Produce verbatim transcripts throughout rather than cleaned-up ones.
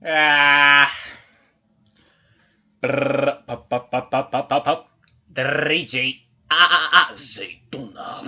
Ah. Brrr, pa, pa, pa, pa, pa, pa, pa. D J Azeitona.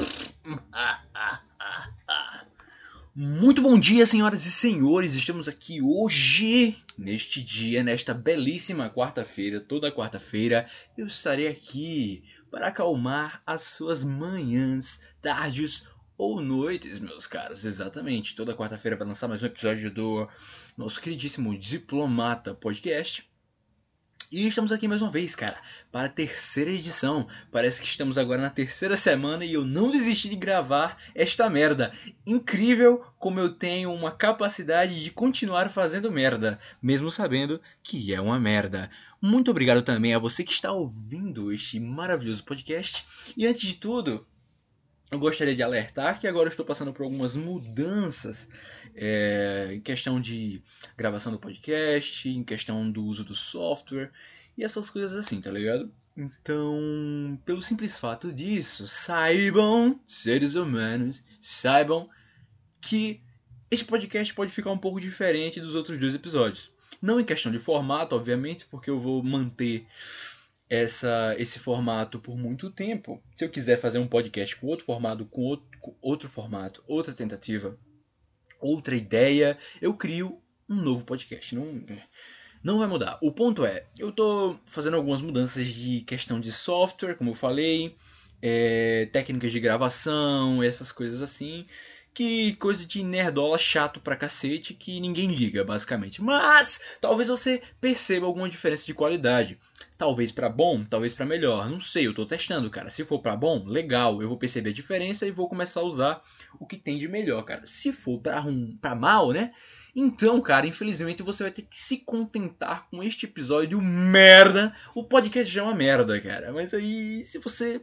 Muito bom dia, senhoras e senhores. Estamos aqui hoje, neste dia, nesta belíssima quarta-feira. Toda quarta-feira eu estarei aqui para acalmar as suas manhãs, tardes ou noites, meus caros. Exatamente. Toda quarta-feira vai lançar mais um episódio do nosso queridíssimo Diplomata Podcast. E estamos aqui mais uma vez, cara, para a terceira edição. Parece que estamos agora na terceira semana e eu não desisti de gravar esta merda. Incrível como eu tenho uma capacidade de continuar fazendo merda, mesmo sabendo que é uma merda. Muito obrigado também a você que está ouvindo este maravilhoso podcast. E antes de tudo, eu gostaria de alertar que agora eu estou passando por algumas mudanças é, em questão de gravação do podcast, em questão do uso do software e essas coisas assim, tá ligado? Então, pelo simples fato disso, saibam, seres humanos, saibam que este podcast pode ficar um pouco diferente dos outros dois episódios. Não em questão de formato, obviamente, porque eu vou manter essa, esse formato por muito tempo. Se eu quiser fazer um podcast com outro formato, com outro, com outro formato, outra tentativa, outra ideia, eu crio um novo podcast. Não, não vai mudar. O ponto é, eu estou fazendo algumas mudanças de questão de software, como eu falei, é, técnicas de gravação, essas coisas assim. Que coisa de nerdola chato pra cacete que ninguém liga, basicamente. Mas talvez você perceba alguma diferença de qualidade. Talvez pra bom, talvez pra melhor. Não sei, eu tô testando, cara. Se for pra bom, legal. Eu vou perceber a diferença e vou começar a usar o que tem de melhor, cara. Se for pra, rum, pra mal, né? Então, cara, infelizmente você vai ter que se contentar com este episódio merda. O podcast já é uma merda, cara. Mas aí, se você...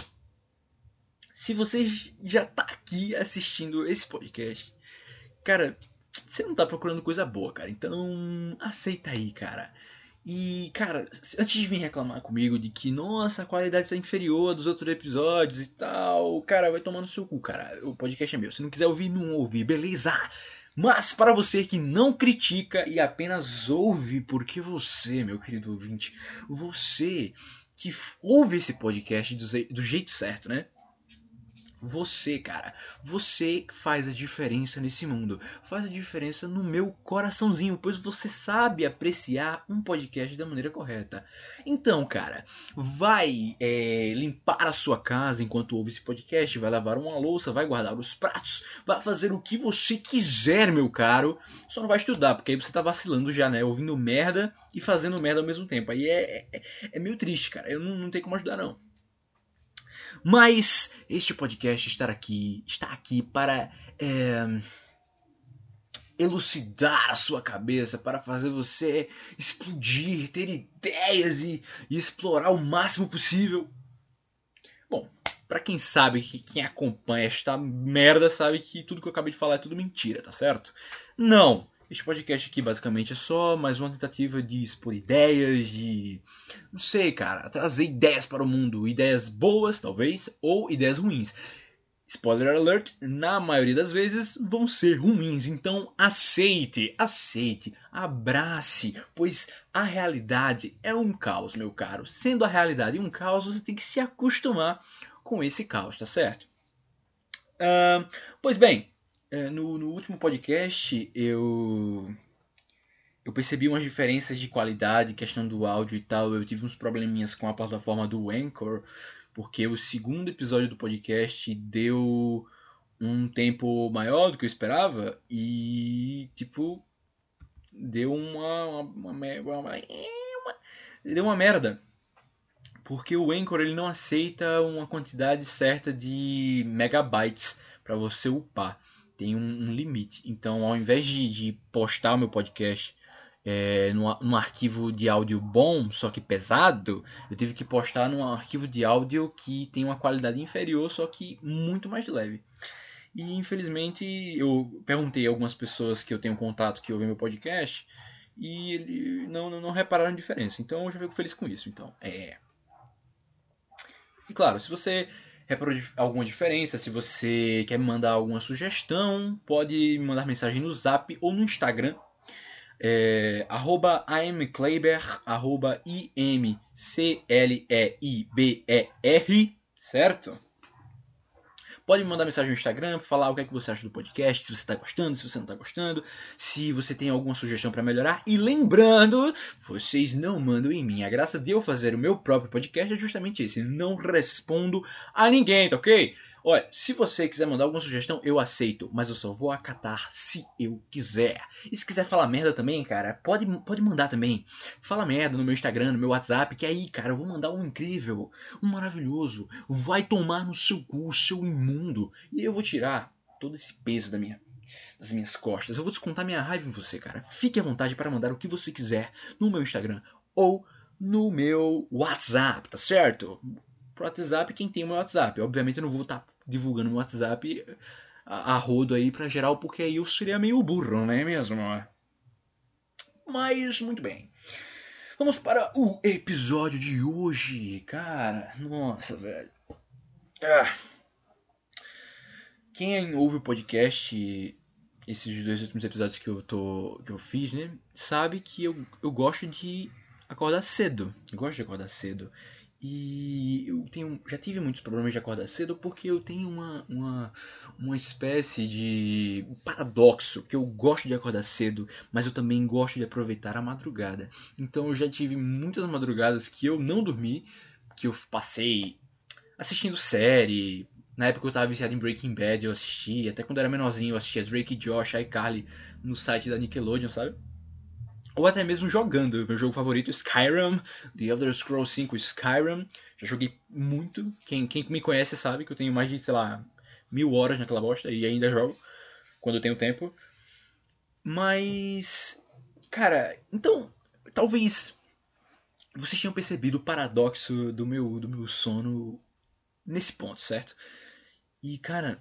Se você já tá aqui assistindo esse podcast, cara, você não tá procurando coisa boa, cara. Então, aceita aí, cara. E, cara, antes de vir reclamar comigo de que, nossa, a qualidade tá inferior dos outros episódios e tal, cara, vai tomar no seu cu, cara. O podcast é meu. Se não quiser ouvir, não ouvir, beleza? Mas para você que não critica e apenas ouve, porque você, meu querido ouvinte, você que ouve esse podcast do jeito certo, né? Você, cara, você faz a diferença nesse mundo. Faz a diferença no meu coraçãozinho, pois você sabe apreciar um podcast da maneira correta. Então, cara, vai é, limpar a sua casa enquanto ouve esse podcast, vai lavar uma louça, vai guardar os pratos, vai fazer o que você quiser, meu caro. Só não vai estudar, porque aí você tá vacilando já, né? Ouvindo merda e fazendo merda ao mesmo tempo. Aí é, é, é meio triste, cara. Eu não, não tenho como ajudar, não. Mas este podcast está aqui, está aqui para é, elucidar a sua cabeça, para fazer você explodir, ter ideias e, e explorar o máximo possível. Bom, para quem sabe, que quem acompanha esta merda sabe que tudo que eu acabei de falar é tudo mentira, tá certo? Não! Este podcast aqui basicamente é só mais uma tentativa de expor ideias, de... Não sei, cara, trazer ideias para o mundo. Ideias boas, talvez, ou ideias ruins. Spoiler alert, na maioria das vezes vão ser ruins. Então aceite, aceite, abrace, pois a realidade é um caos, meu caro. Sendo a realidade um caos, você tem que se acostumar com esse caos, tá certo? Uh, pois bem... No, no último podcast eu eu percebi umas diferenças de qualidade, questão do áudio e tal. Eu tive uns probleminhas com a plataforma do Anchor, porque o segundo episódio do podcast deu um tempo maior do que eu esperava e tipo deu uma uma, uma, uma, uma deu uma merda. Porque o Anchor ele não aceita uma quantidade certa de megabytes para você upar. Tem um, um limite. Então, ao invés de, de postar o meu podcast é, num, num arquivo de áudio bom, só que pesado, eu tive que postar num arquivo de áudio que tem uma qualidade inferior, só que muito mais leve. E, infelizmente, eu perguntei a algumas pessoas que eu tenho contato que ouvem meu podcast e eles não, não, não repararam a diferença. Então, eu já fico feliz com isso. Então, é... E, claro, se você reparou alguma diferença, se você quer me mandar alguma sugestão, pode me mandar mensagem no Zap ou no Instagram. É, arroba amkleiber, arroba I M C L E I B E R, certo? Pode me mandar mensagem no Instagram, falar o que é que você acha do podcast, se você está gostando, se você não está gostando, se você tem alguma sugestão para melhorar. E lembrando, vocês não mandam em mim. A graça de eu fazer o meu próprio podcast é justamente esse. Não respondo a ninguém, tá ok? Olha, se você quiser mandar alguma sugestão, eu aceito, mas eu só vou acatar se eu quiser. E se quiser falar merda também, cara, pode, pode mandar também. Fala merda no meu Instagram, no meu WhatsApp, que aí, cara, eu vou mandar um incrível, um maravilhoso. Vai tomar no seu cu, seu imundo. E eu vou tirar todo esse peso da minha, das minhas costas. Eu vou descontar minha raiva em você, cara. Fique à vontade para mandar o que você quiser no meu Instagram ou no meu WhatsApp, tá certo? Pro WhatsApp, quem tem o meu WhatsApp. Obviamente eu não vou estar divulgando meu WhatsApp a, a rodo aí pra geral, porque aí eu seria meio burro, não é mesmo? Mas, muito bem. Vamos para o episódio de hoje. Cara, nossa, velho. Ah. Quem ouve o podcast, esses dois últimos episódios que eu, tô, que eu fiz, né? Sabe que eu, eu gosto de acordar cedo. Eu gosto de acordar cedo. E eu tenho, já tive muitos problemas de acordar cedo porque eu tenho uma, uma, uma espécie de paradoxo, que eu gosto de acordar cedo, mas eu também gosto de aproveitar a madrugada. Então eu já tive muitas madrugadas que eu não dormi, que eu passei assistindo série. Na época eu tava viciado em Breaking Bad, eu assisti, até quando eu era menorzinho eu assistia Drake e Josh, iCarly, no site da Nickelodeon, sabe? Ou até mesmo jogando. Meu jogo favorito, Skyrim, The Elder Scrolls cinco Skyrim. Já joguei muito. Quem, quem me conhece sabe que eu tenho mais de, sei lá, mil horas naquela bosta e ainda jogo quando eu tenho tempo. Mas, cara, então, talvez vocês tenham percebido o paradoxo do meu, do meu sono nesse ponto, certo? E, cara,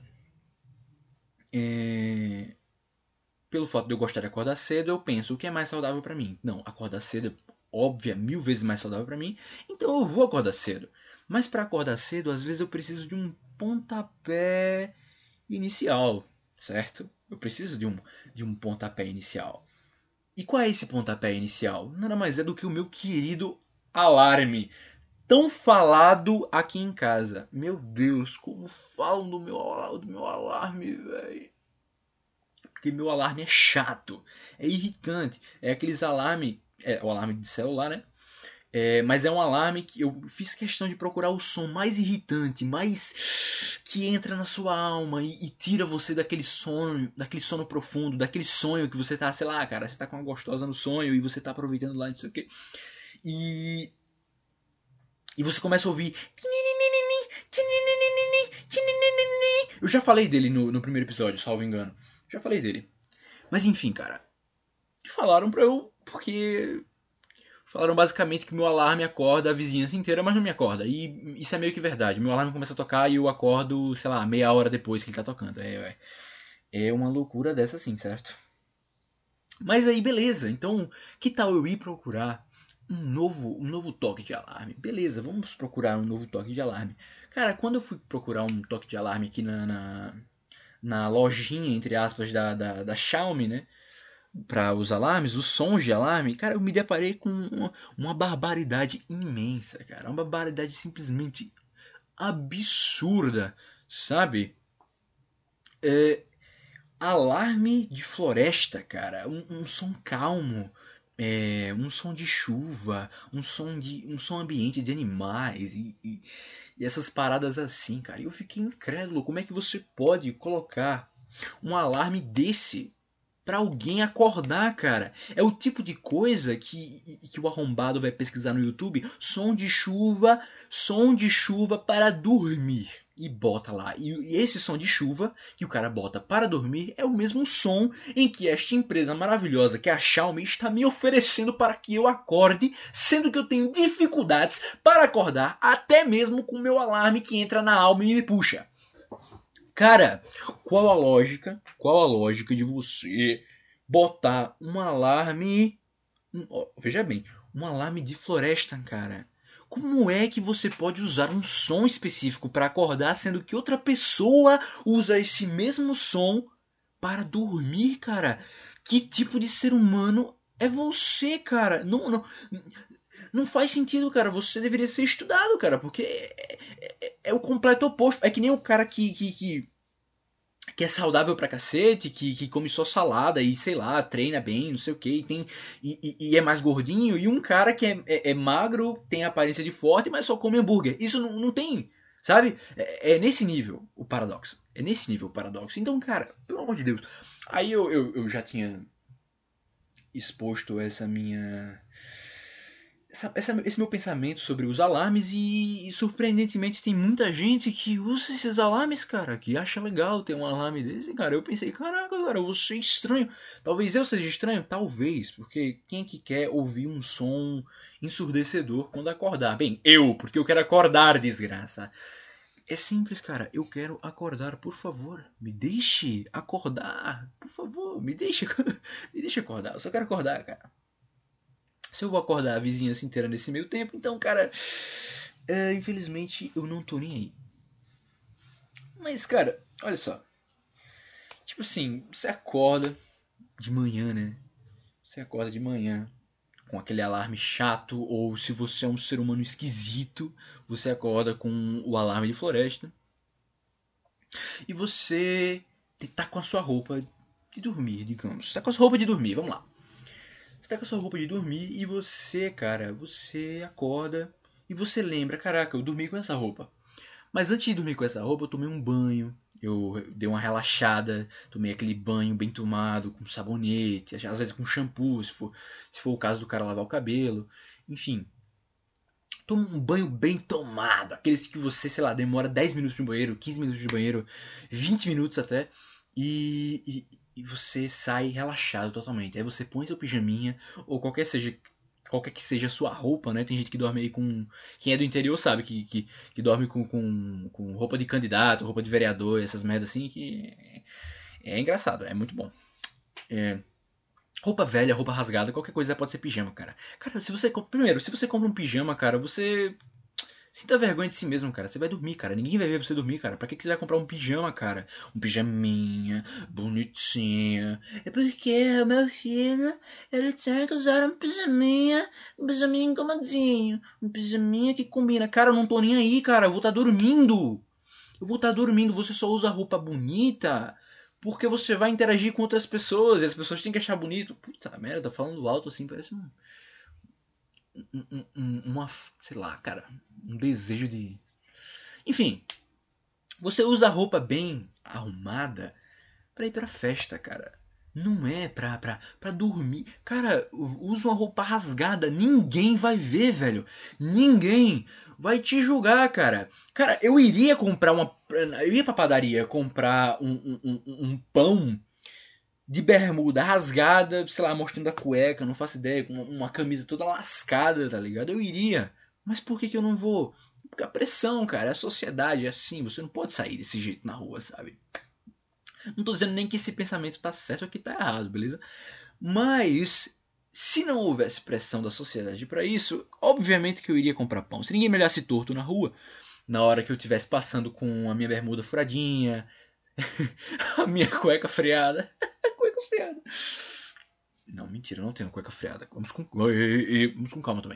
é... pelo fato de eu gostar de acordar cedo, eu penso, o que é mais saudável pra mim? Não, acordar cedo é, óbvio, mil vezes mais saudável pra mim, então eu vou acordar cedo. Mas pra acordar cedo, às vezes eu preciso de um pontapé inicial, certo? Eu preciso de um, de um pontapé inicial. E qual é esse pontapé inicial? Nada mais é do que o meu querido alarme. Tão falado aqui em casa. Meu Deus, como falam do meu, do meu alarme, velho. Porque meu alarme é chato, é irritante. É aqueles alarmes, é o alarme de celular, né? É, mas é um alarme que eu fiz questão de procurar o som mais irritante, mais que entra na sua alma e, e tira você daquele sono, daquele sono profundo, daquele sonho que você tá, sei lá, cara, você tá com uma gostosa no sonho e você tá aproveitando lá, não sei o quê. E E você começa a ouvir. Eu já falei dele no, no primeiro episódio, salvo engano. Já falei dele. Mas enfim, cara. Falaram pra eu. Porque. Falaram basicamente que meu alarme acorda a vizinhança inteira, mas não me acorda. E isso é meio que verdade. Meu alarme começa a tocar e eu acordo, sei lá, meia hora depois que ele tá tocando. É, é, é uma loucura dessa assim, certo? Mas aí, beleza. Então, que tal eu ir procurar um novo, um novo toque de alarme? Beleza, vamos procurar um novo toque de alarme. Cara, quando eu fui procurar um toque de alarme aqui na, na, na lojinha, entre aspas, da, da, da Xiaomi, né? Para os alarmes, os sons de alarme, cara, eu me deparei com uma, uma barbaridade imensa, cara. Uma barbaridade simplesmente absurda, sabe? É, alarme de floresta, cara. Um, um som calmo. É, um som de chuva, um som de um som ambiente de animais e, e, e essas paradas assim, cara. E eu fiquei incrédulo. Como é que você pode colocar um alarme desse pra alguém acordar, cara? É o tipo de coisa que, que o arrombado vai pesquisar no YouTube. Som de chuva, som de chuva para dormir. E bota lá. E, e esse som de chuva que o cara bota para dormir é o mesmo som em que esta empresa maravilhosa, que é a Xiaomi, está me oferecendo para que eu acorde, sendo que eu tenho dificuldades para acordar, até mesmo com o meu alarme que entra na alma e me puxa. Cara, qual a lógica? Qual a lógica de você botar um alarme... Um, ó, veja bem, um alarme de floresta, cara. Como é que você pode usar um som específico para acordar, sendo que outra pessoa usa esse mesmo som para dormir, cara? Que tipo de ser humano É você, cara. Não, não, não faz sentido, cara. Você deveria ser estudado, cara. Porque é, é, é o completo oposto. É que nem o cara que, que, que, que é saudável pra cacete, que, que come só salada e, sei lá, treina bem, não sei o que, e, tem, e, e, e é mais gordinho. E um cara que é, é, é magro, tem aparência de forte, mas só come hambúrguer. Isso não, não tem, sabe? É, é nesse nível o paradoxo. É nesse nível o paradoxo. Então, cara, pelo amor de Deus. Aí eu, eu, eu já tinha exposto essa minha... Essa, essa, esse meu pensamento sobre os alarmes e, e, surpreendentemente tem muita gente que usa esses alarmes, cara, que acha legal ter um alarme desse, cara. Eu pensei, caraca, cara, eu sou estranho. Talvez eu seja estranho, talvez, porque quem é que quer ouvir um som ensurdecedor quando acordar? Bem, eu, porque eu quero acordar, desgraça. É simples, cara, eu quero acordar, por favor, me deixe acordar, por favor, me deixe, me deixe acordar, eu só quero acordar, cara. Se eu vou acordar a vizinhança inteira nesse meio tempo, então, cara, é, infelizmente eu não tô nem aí. Mas, cara, olha só. Tipo assim, você acorda de manhã, né? Você acorda de manhã com aquele alarme chato, ou se você é um ser humano esquisito, você acorda com o alarme de floresta. E você tá com a sua roupa de dormir, digamos. Você tá com a sua roupa de dormir, vamos lá. Você tá com a sua roupa de dormir e você, cara, você acorda e você lembra, caraca, eu dormi com essa roupa. Mas antes de dormir com essa roupa, eu tomei um banho, eu dei uma relaxada, tomei aquele banho bem tomado, com sabonete, às vezes com shampoo, se for, se for o caso do cara lavar o cabelo. Enfim, toma um banho bem tomado, aqueles que você, sei lá, demora dez minutos de banheiro, quinze minutos de banheiro, vinte minutos até, e, e, e você sai relaxado totalmente. Aí você põe seu pijaminha, ou qualquer seja qualquer que seja a sua roupa, né? Tem gente que dorme aí com... Quem é do interior sabe que, que, que dorme com, com, com roupa de candidato, roupa de vereador, essas merdas assim, que é, é engraçado, é muito bom. É... Roupa velha, roupa rasgada, qualquer coisa pode ser pijama, cara. Cara, se você... Primeiro, se você compra um pijama, cara, você... Sinta vergonha de si mesmo, cara. Você vai dormir, cara. Ninguém vai ver você dormir, cara. Pra que você vai comprar um pijama, cara? Um pijaminha, bonitinha. É porque o meu filho, ele tinha que usar um pijaminha, um pijaminha incomodinho. Um pijaminha que combina. Cara, eu não tô nem aí, cara. Eu vou estar dormindo. Eu vou estar dormindo. Você só usa roupa bonita porque você vai interagir com outras pessoas. E as pessoas têm que achar bonito. Puta merda, falando alto assim, parece um... Um, um, uma, sei lá, cara, um desejo de... Enfim, você usa roupa bem arrumada pra ir pra festa, cara. Não é pra, pra, pra dormir. Cara, usa uma roupa rasgada. Ninguém vai ver, velho. Ninguém vai te julgar, cara. Cara, eu iria comprar uma... Eu ia pra padaria comprar um, um, um, um pão de bermuda rasgada, sei lá, mostrando a cueca, não faço ideia, com uma camisa toda lascada, tá ligado? Eu iria. Mas por que que eu não vou? Porque a pressão, cara, a sociedade é assim, você não pode sair desse jeito na rua, sabe? Não tô dizendo nem que esse pensamento tá certo ou que tá errado, beleza? Mas se não houvesse pressão da sociedade para isso, obviamente que eu iria comprar pão. Se ninguém me olhasse torto na rua, na hora que eu estivesse passando com a minha bermuda furadinha, a minha cueca freada, cueca freada. Não, mentira, eu não tenho cueca freada. Vamos com, vamos com calma também.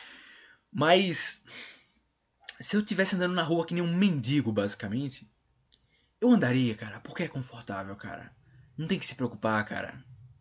Mas se eu estivesse andando na rua que nem um mendigo, basicamente, eu andaria, cara, porque é confortável, cara. Não tem que se preocupar, cara.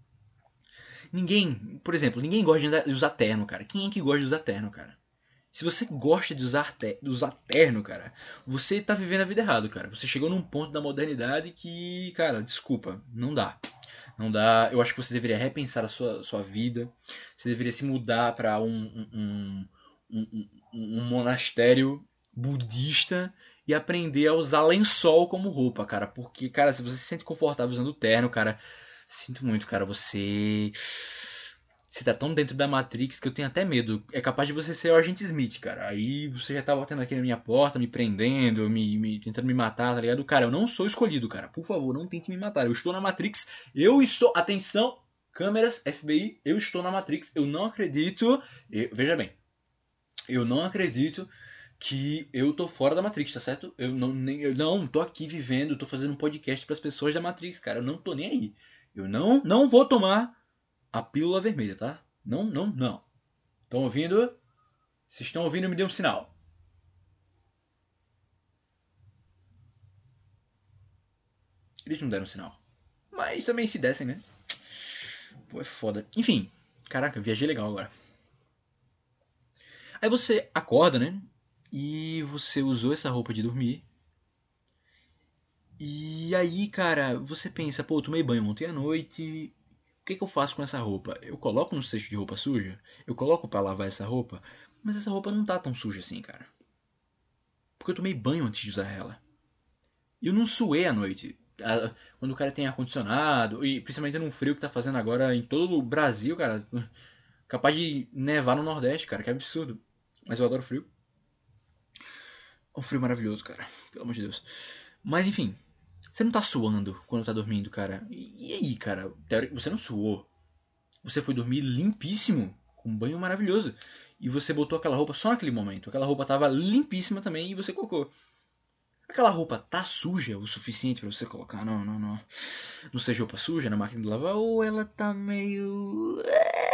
Ninguém, por exemplo, ninguém gosta de, andar, de usar terno, cara. Quem é que gosta de usar terno, cara? Se você gosta de usar, te, de usar terno, cara, você tá vivendo a vida errado, cara. Você chegou num ponto da modernidade que, cara, desculpa, não dá. Não dá. Eu acho que você deveria repensar a sua, sua vida. Você deveria se mudar para um, um, um, um, um monastério budista e aprender a usar lençol como roupa, cara. Porque, cara, se você se sente confortável usando terno, cara, sinto muito, cara. Você... Você tá tão dentro da Matrix que eu tenho até medo. É capaz de você ser o Agente Smith, cara. Aí você já tá batendo aqui na minha porta, me prendendo, me, me tentando me matar, tá ligado? Cara, eu não sou escolhido, cara. Por favor, não tente me matar. Eu estou na Matrix. Eu estou... Atenção, câmeras, F B I. Eu estou na Matrix. Eu não acredito... Eu... Veja bem. Eu não acredito que eu tô fora da Matrix, tá certo? Eu não, nem, eu não tô aqui vivendo, tô fazendo um podcast pras pessoas da Matrix, cara. Eu não tô nem aí. Eu não, não vou tomar... a pílula vermelha, tá? Não, não, não. Estão ouvindo? Se estão ouvindo, me dê um sinal. Eles não deram sinal. Mas também se dessem, né? Pô, é foda. Enfim. Caraca, viajei legal agora. Aí você acorda, né? E você usou essa roupa de dormir. E aí, cara, você pensa, pô, eu tomei banho ontem à noite. O que, que eu faço com essa roupa? Eu coloco no cesto de roupa suja? Eu coloco pra lavar essa roupa? Mas essa roupa não tá tão suja assim, cara. Porque eu tomei banho antes de usar ela. E eu não suei à noite. Quando o cara tem ar-condicionado, e principalmente num frio que tá fazendo agora em todo o Brasil, cara. Capaz de nevar no Nordeste, cara, que absurdo. Mas eu adoro frio. É um frio maravilhoso, cara. Pelo amor de Deus. Mas enfim, você não tá suando quando tá dormindo, cara. E, e aí, cara? Você não suou. Você foi dormir limpíssimo, com um banho maravilhoso. E você botou aquela roupa só naquele momento. Aquela roupa tava limpíssima também e você colocou. Aquela roupa tá suja o suficiente pra você colocar não, não, não. Não seja roupa suja na máquina de lavar, ou ela tá meio.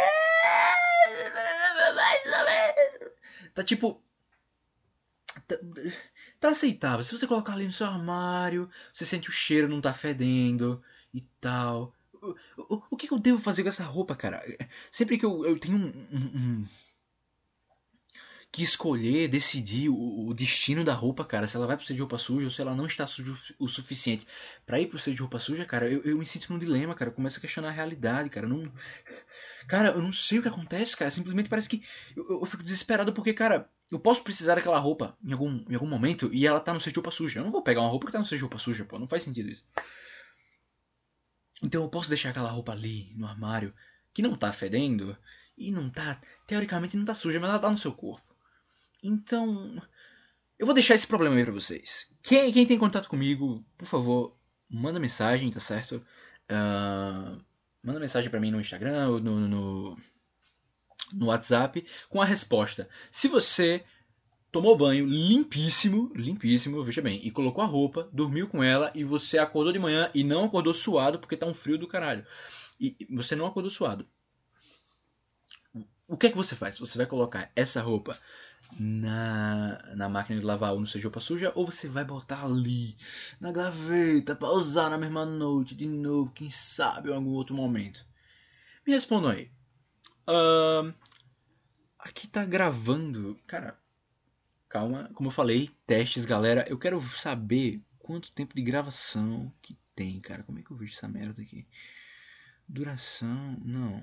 Mais ou menos. Tá tipo. Tá, tá aceitável. Se você colocar ali no seu armário, você sente o cheiro, não tá fedendo e tal. O, o, o que, que eu devo fazer com essa roupa, cara? Sempre que eu, eu tenho um, um, um que escolher, decidir o, o destino da roupa, cara, se ela vai pro ser de roupa suja ou se ela não está suja o suficiente pra ir pro ser de roupa suja, cara, eu, eu me sinto num dilema, cara, eu começo a questionar a realidade, cara, eu não... Cara, eu não sei o que acontece, cara, simplesmente parece que eu, eu fico desesperado porque, cara, eu posso precisar daquela roupa em algum, em algum momento e ela tá no ser de roupa suja, eu não vou pegar uma roupa que tá no ser de roupa suja, pô, não faz sentido isso. Então eu posso deixar aquela roupa ali, no armário, que não tá fedendo e não tá, teoricamente não tá suja, mas ela tá no seu corpo. Então, eu vou deixar esse problema aí pra vocês. Quem, quem tem contato comigo, por favor, manda mensagem, tá certo? Uh, manda mensagem pra mim no Instagram ou no, no, no WhatsApp com a resposta. Se você tomou banho limpíssimo, limpíssimo, veja bem, e colocou a roupa, dormiu com ela e você acordou de manhã e não acordou suado porque tá um frio do caralho. E você não acordou suado. O que é que você faz? Você vai colocar essa roupa na, na máquina de lavar ou no seja roupa suja, ou você vai botar ali na gaveta pra usar na mesma noite de novo, quem sabe em algum outro momento. Me respondam aí. Uh, aqui tá gravando. Cara, calma, como eu falei, testes, galera. Eu quero saber quanto tempo de gravação que tem, cara. Como é que eu vejo essa merda aqui? Duração, não.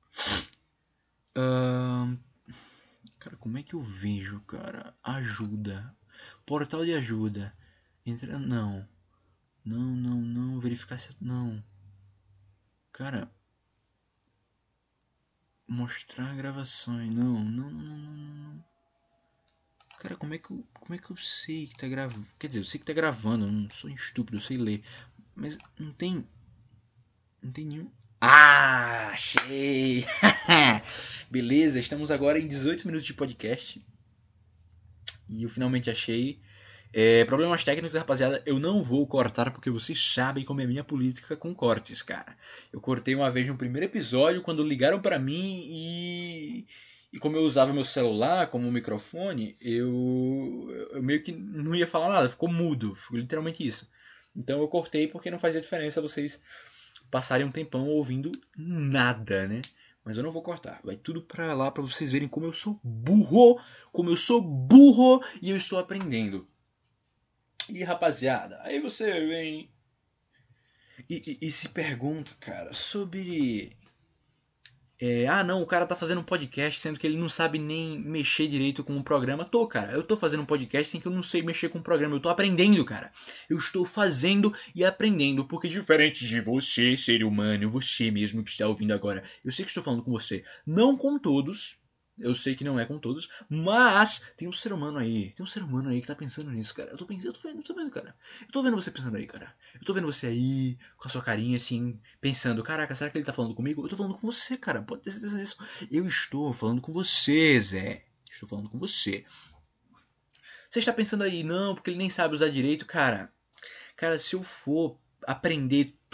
Uh, Cara, como é que eu vejo, cara? Ajuda. Portal de ajuda. Entra. Não. Não, não, não. Verificar se. Não. Cara. Mostrar gravações. Não, não, não, não, não. Cara, como é que eu. Como é que eu sei que tá gravando? Quer dizer, eu sei que tá gravando. Eu não sou estúpido, eu sei ler. Mas não tem. Não tem nenhum. Ah, achei! Beleza, estamos agora em dezoito minutos de podcast. E eu finalmente achei. É, problemas técnicos, rapaziada, eu não vou cortar porque vocês sabem como é a minha política com cortes, cara. Eu cortei uma vez no primeiro episódio quando ligaram pra mim e... E como eu usava meu celular como microfone, eu... eu meio que não ia falar nada, ficou mudo, ficou literalmente isso. Então eu cortei porque não fazia diferença vocês passarem um tempão ouvindo nada, né? Mas eu não vou cortar. Vai tudo pra lá pra vocês verem como eu sou burro. Como eu sou burro e eu estou aprendendo. E rapaziada, aí você vem e, e, e se pergunta, cara, sobre... É, ah não, o cara tá fazendo um podcast sendo que ele não sabe nem mexer direito com o programa. Tô, cara, eu tô fazendo um podcast sem que eu não sei mexer com o programa. Eu tô aprendendo, cara. Eu estou fazendo e aprendendo, porque diferente de você, ser humano, você mesmo que está ouvindo agora, eu sei que estou falando com você, não com todos. Eu sei que não é com todos, mas tem um ser humano aí, tem um ser humano aí que tá pensando nisso, cara. Eu tô pensando, eu tô vendo, eu tô vendo, cara. Eu tô vendo você pensando aí, cara. Eu tô vendo você aí, com a sua carinha assim, pensando, caraca, será que ele tá falando comigo? Eu tô falando com você, cara. Pode ter certeza disso. Eu estou falando com você, Zé. Estou falando com você. Você está pensando aí, não, porque ele nem sabe usar direito, cara. Cara, se eu for aprender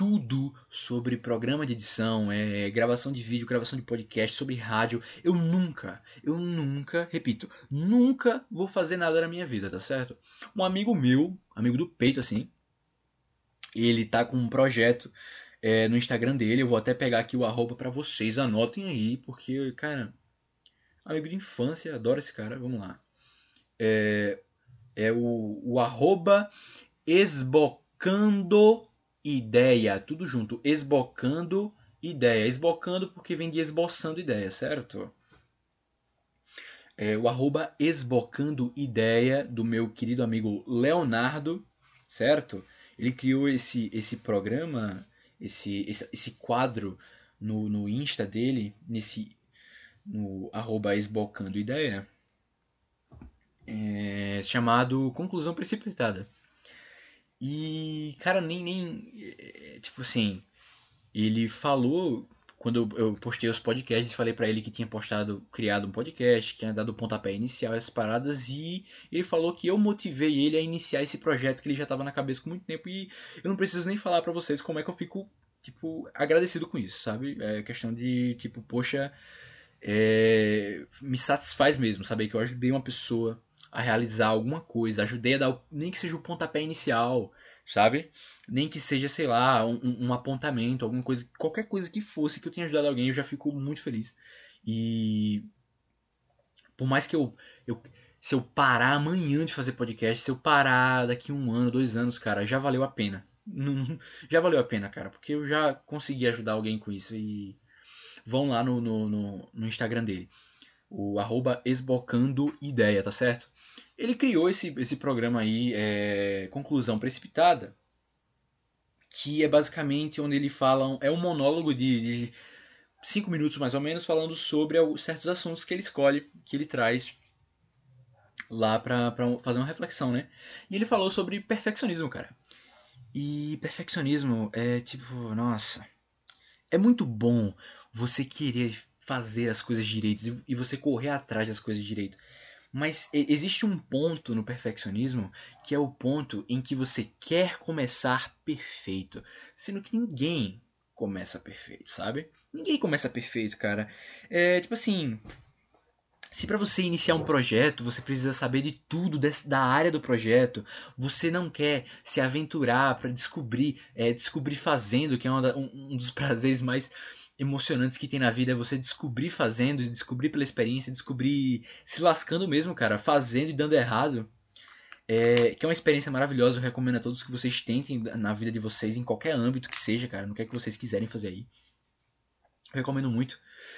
tudo sobre programa de edição, é, gravação de vídeo, gravação de podcast, sobre rádio. Eu nunca, eu nunca, repito, nunca vou fazer nada na minha vida, tá certo? Um amigo meu, amigo do peito assim, ele tá com um projeto é, no Instagram dele. Eu vou até pegar aqui o arroba pra vocês, anotem aí, porque, cara, amigo de infância, adoro esse cara, vamos lá. É, é o, o arroba esbocando ideia, tudo junto, esbocando ideia, esbocando porque vem de esboçando ideia, certo? É o arroba esbocando ideia do meu querido amigo Leonardo, certo? Ele criou esse, esse programa, esse, esse, esse quadro no, no Insta dele, nesse, no arroba esbocando ideia, é, chamado Conclusão Precipitada. E, cara, nem, nem é, tipo assim, ele falou, quando eu, eu postei os podcasts, falei pra ele que tinha postado, criado um podcast, que tinha dado o pontapé inicial, essas paradas, e ele falou que eu motivei ele a iniciar esse projeto que ele já tava na cabeça com muito tempo, e eu não preciso nem falar pra vocês como é que eu fico, tipo, agradecido com isso, sabe? É questão de, tipo, poxa, é, me satisfaz mesmo saber que eu ajudei uma pessoa a realizar alguma coisa, ajudei a dar, o- nem que seja o pontapé inicial, sabe? Nem que seja, sei lá, um, um- um apontamento, alguma coisa, qualquer coisa que fosse que eu tenha ajudado alguém, eu já fico muito feliz. E por mais que eu, eu se eu parar amanhã de fazer podcast, se eu parar daqui um ano, dois anos, cara, já valeu a pena. Não- já valeu a pena, cara, porque eu já consegui ajudar alguém com isso. E vão lá no, no, no, no Instagram dele, o arroba esbocando ideia, tá certo? Ele criou esse, esse programa aí, é, Conclusão Precipitada, que é basicamente onde ele fala, é um monólogo de, de cinco minutos mais ou menos, falando sobre certos assuntos que ele escolhe, que ele traz lá pra, pra fazer uma reflexão, né? E ele falou sobre perfeccionismo, cara. E perfeccionismo é tipo, nossa, é muito bom você querer fazer as coisas direito e você correr atrás das coisas direito. Mas existe um ponto no perfeccionismo que é o ponto em que você quer começar perfeito, sendo que ninguém começa perfeito, sabe? Ninguém começa perfeito, cara. É tipo assim, se para você iniciar um projeto, você precisa saber de tudo desse, da área do projeto, você não quer se aventurar para descobrir, é, descobrir fazendo, que é uma da, um, um dos prazeres mais emocionantes que tem na vida, é você descobrir fazendo, descobrir pela experiência, descobrir se lascando mesmo, cara, fazendo e dando errado. É, que é uma experiência maravilhosa, eu recomendo a todos que vocês tentem na vida de vocês, em qualquer âmbito que seja, cara, no que é que vocês quiserem fazer aí. Eu recomendo muito.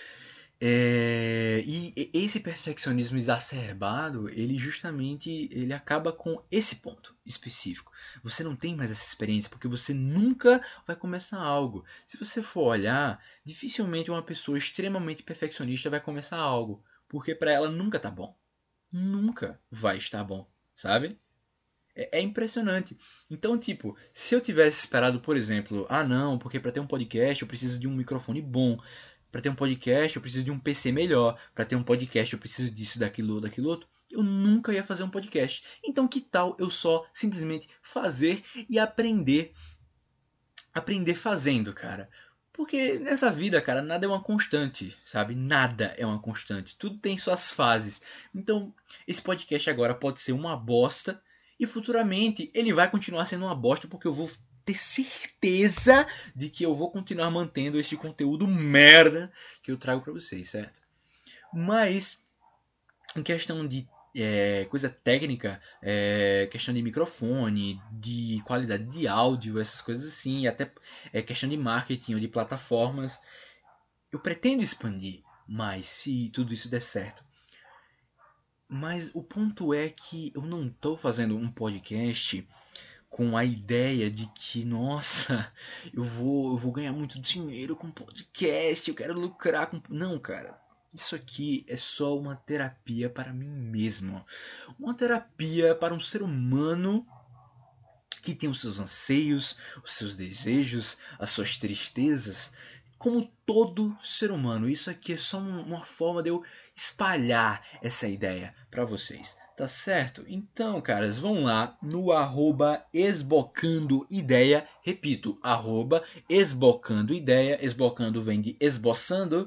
É, e esse perfeccionismo exacerbado, ele justamente ele acaba com esse ponto específico. Você não tem mais essa experiência porque você nunca vai começar algo. Se você for olhar, dificilmente uma pessoa extremamente perfeccionista vai começar algo, porque para ela nunca tá bom. Nunca vai estar bom, sabe? É, é impressionante. Então, tipo, se eu tivesse esperado, por exemplo, ah não, porque para ter um podcast eu preciso de um microfone bom. Para ter um podcast eu preciso de um P C melhor. Para ter um podcast eu preciso disso, daquilo, daquilo outro. Eu nunca ia fazer um podcast. Então, que tal eu só simplesmente fazer e aprender, aprender fazendo, cara? Porque nessa vida, cara, nada é uma constante, sabe? Nada é uma constante. Tudo tem suas fases. Então, esse podcast agora pode ser uma bosta e futuramente ele vai continuar sendo uma bosta porque eu vou ter certeza de que eu vou continuar mantendo este conteúdo merda que eu trago pra vocês, certo? Mas em questão de é, coisa técnica, é, questão de microfone, de qualidade de áudio, essas coisas assim, e até é, questão de marketing ou de plataformas, eu pretendo expandir mais se tudo isso der certo. Mas o ponto é que eu não estou fazendo um podcast com a ideia de que, nossa, eu vou, eu vou ganhar muito dinheiro com podcast, eu quero lucrar com. Não, cara. Isso aqui é só uma terapia para mim mesmo. Uma terapia para um ser humano que tem os seus anseios, os seus desejos, as suas tristezas, como todo ser humano. Isso aqui é só uma forma de eu espalhar essa ideia para vocês, Tá certo? Então, caras, vão lá no arroba esbocando ideia. Repito, arroba esbocando ideia. Esbocando vem de esboçando.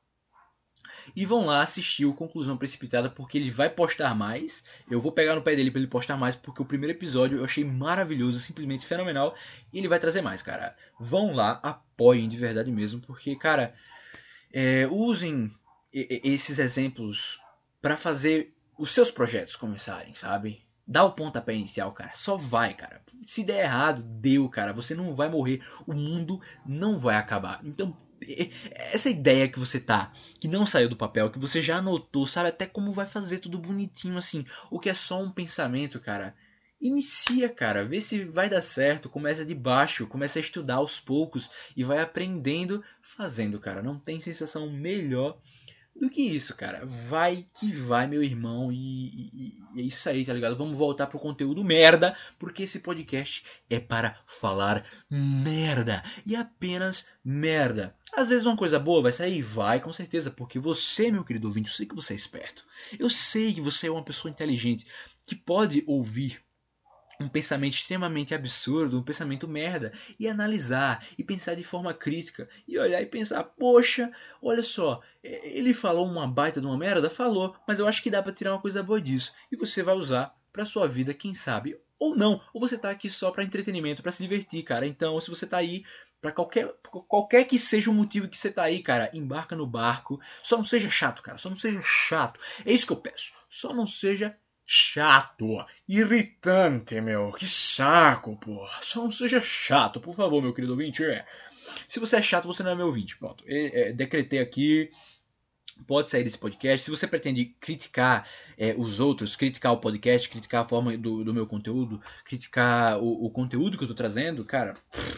E vão lá assistir o Conclusão Precipitada, porque ele vai postar mais. Eu vou pegar no pé dele para ele postar mais, porque o primeiro episódio eu achei maravilhoso, simplesmente fenomenal. E ele vai trazer mais, cara. Vão lá, apoiem de verdade mesmo, porque, cara, é, usem esses exemplos para fazer os seus projetos começarem, sabe? Dá o pontapé inicial, cara. Só vai, cara. Se der errado, deu, cara. Você não vai morrer. O mundo não vai acabar. Então, essa ideia que você tá, que não saiu do papel, que você já anotou, sabe até como vai fazer tudo bonitinho assim, o que é só um pensamento, cara. Inicia, cara, vê se vai dar certo, começa de baixo, começa a estudar aos poucos e vai aprendendo fazendo, cara. Não tem sensação melhor do que isso, cara. Vai que vai, meu irmão. E, e, e é isso aí, tá ligado? Vamos voltar pro conteúdo merda, porque esse podcast é para falar merda. E apenas merda. Às vezes uma coisa boa vai sair? Vai, com certeza. Porque você, meu querido ouvinte, eu sei que você é esperto. Eu sei que você é uma pessoa inteligente que pode ouvir um pensamento extremamente absurdo, um pensamento merda, e analisar, e pensar de forma crítica, e olhar e pensar, poxa, olha só, ele falou uma baita de uma merda? Falou, mas eu acho que dá pra tirar uma coisa boa disso, e você vai usar pra sua vida, quem sabe, ou não, ou você tá aqui só pra entretenimento, pra se divertir, cara. Então, se você tá aí pra qualquer, qualquer que seja o motivo que você tá aí, cara, embarca no barco, só não seja chato, cara, só não seja chato, é isso que eu peço, só não seja chato, irritante, meu, que saco, pô. Só não seja chato, por favor, meu querido ouvinte. É. Se você é chato, você não é meu ouvinte, pronto. É, é, decretei aqui, pode sair desse podcast. Se você pretende criticar é, os outros, criticar o podcast, criticar a forma do, do meu conteúdo, criticar o, o conteúdo que eu tô trazendo, cara,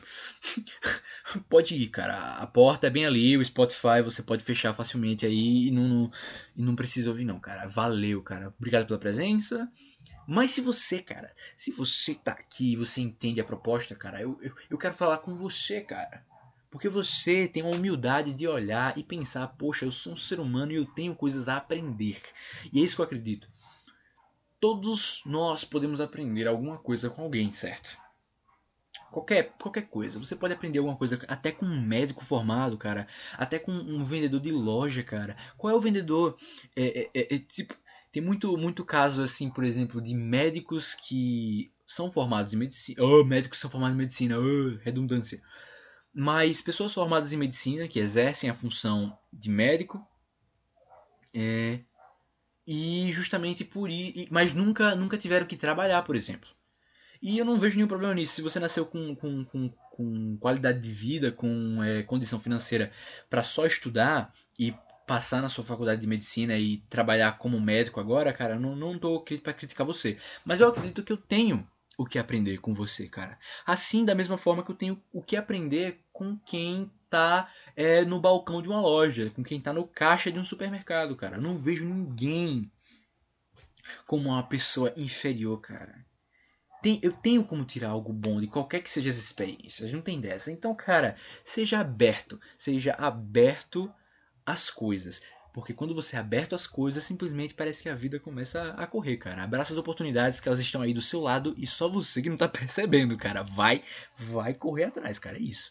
pode ir, cara. A porta é bem ali, o Spotify você pode fechar facilmente aí e não, não, e não precisa ouvir não, cara. Valeu, cara. Obrigado pela presença. Mas se você, cara, se você tá aqui e você entende a proposta, cara, eu, eu, eu quero falar com você, cara. Porque você tem a humildade de olhar e pensar, poxa, eu sou um ser humano e eu tenho coisas a aprender. E é isso que eu acredito. Todos nós podemos aprender alguma coisa com alguém, certo? Qualquer, qualquer coisa. Você pode aprender alguma coisa até com um médico formado, cara. Até com um vendedor de loja, cara. Qual é o vendedor? É, é, é, é, tipo, tem muito, muito caso, assim, por exemplo, de médicos que são formados em medicina. Oh, médicos que são formados em medicina. Oh, redundância. Mas pessoas formadas em medicina que exercem a função de médico. É, e justamente por ir. Mas nunca, nunca tiveram que trabalhar, por exemplo. E eu não vejo nenhum problema nisso. Se você nasceu com, com, com, com qualidade de vida, com é, condição financeira para só estudar e passar na sua faculdade de medicina e trabalhar como médico agora, cara, não, não tô aqui para criticar você. Mas eu acredito que eu tenho o que aprender com você, cara. Assim, da mesma forma que eu tenho o que aprender com quem tá é, no balcão de uma loja, com quem tá no caixa de um supermercado, cara. Eu não vejo ninguém como uma pessoa inferior, cara. Tem, eu tenho como tirar algo bom de qualquer que seja as experiências, não tem dessa. Então, cara, seja aberto, seja aberto às coisas. Porque quando você é aberto às coisas, simplesmente parece que a vida começa a correr, cara. Abraça as oportunidades que elas estão aí do seu lado e só você que não tá percebendo, cara. Vai, vai correr atrás, cara, é isso.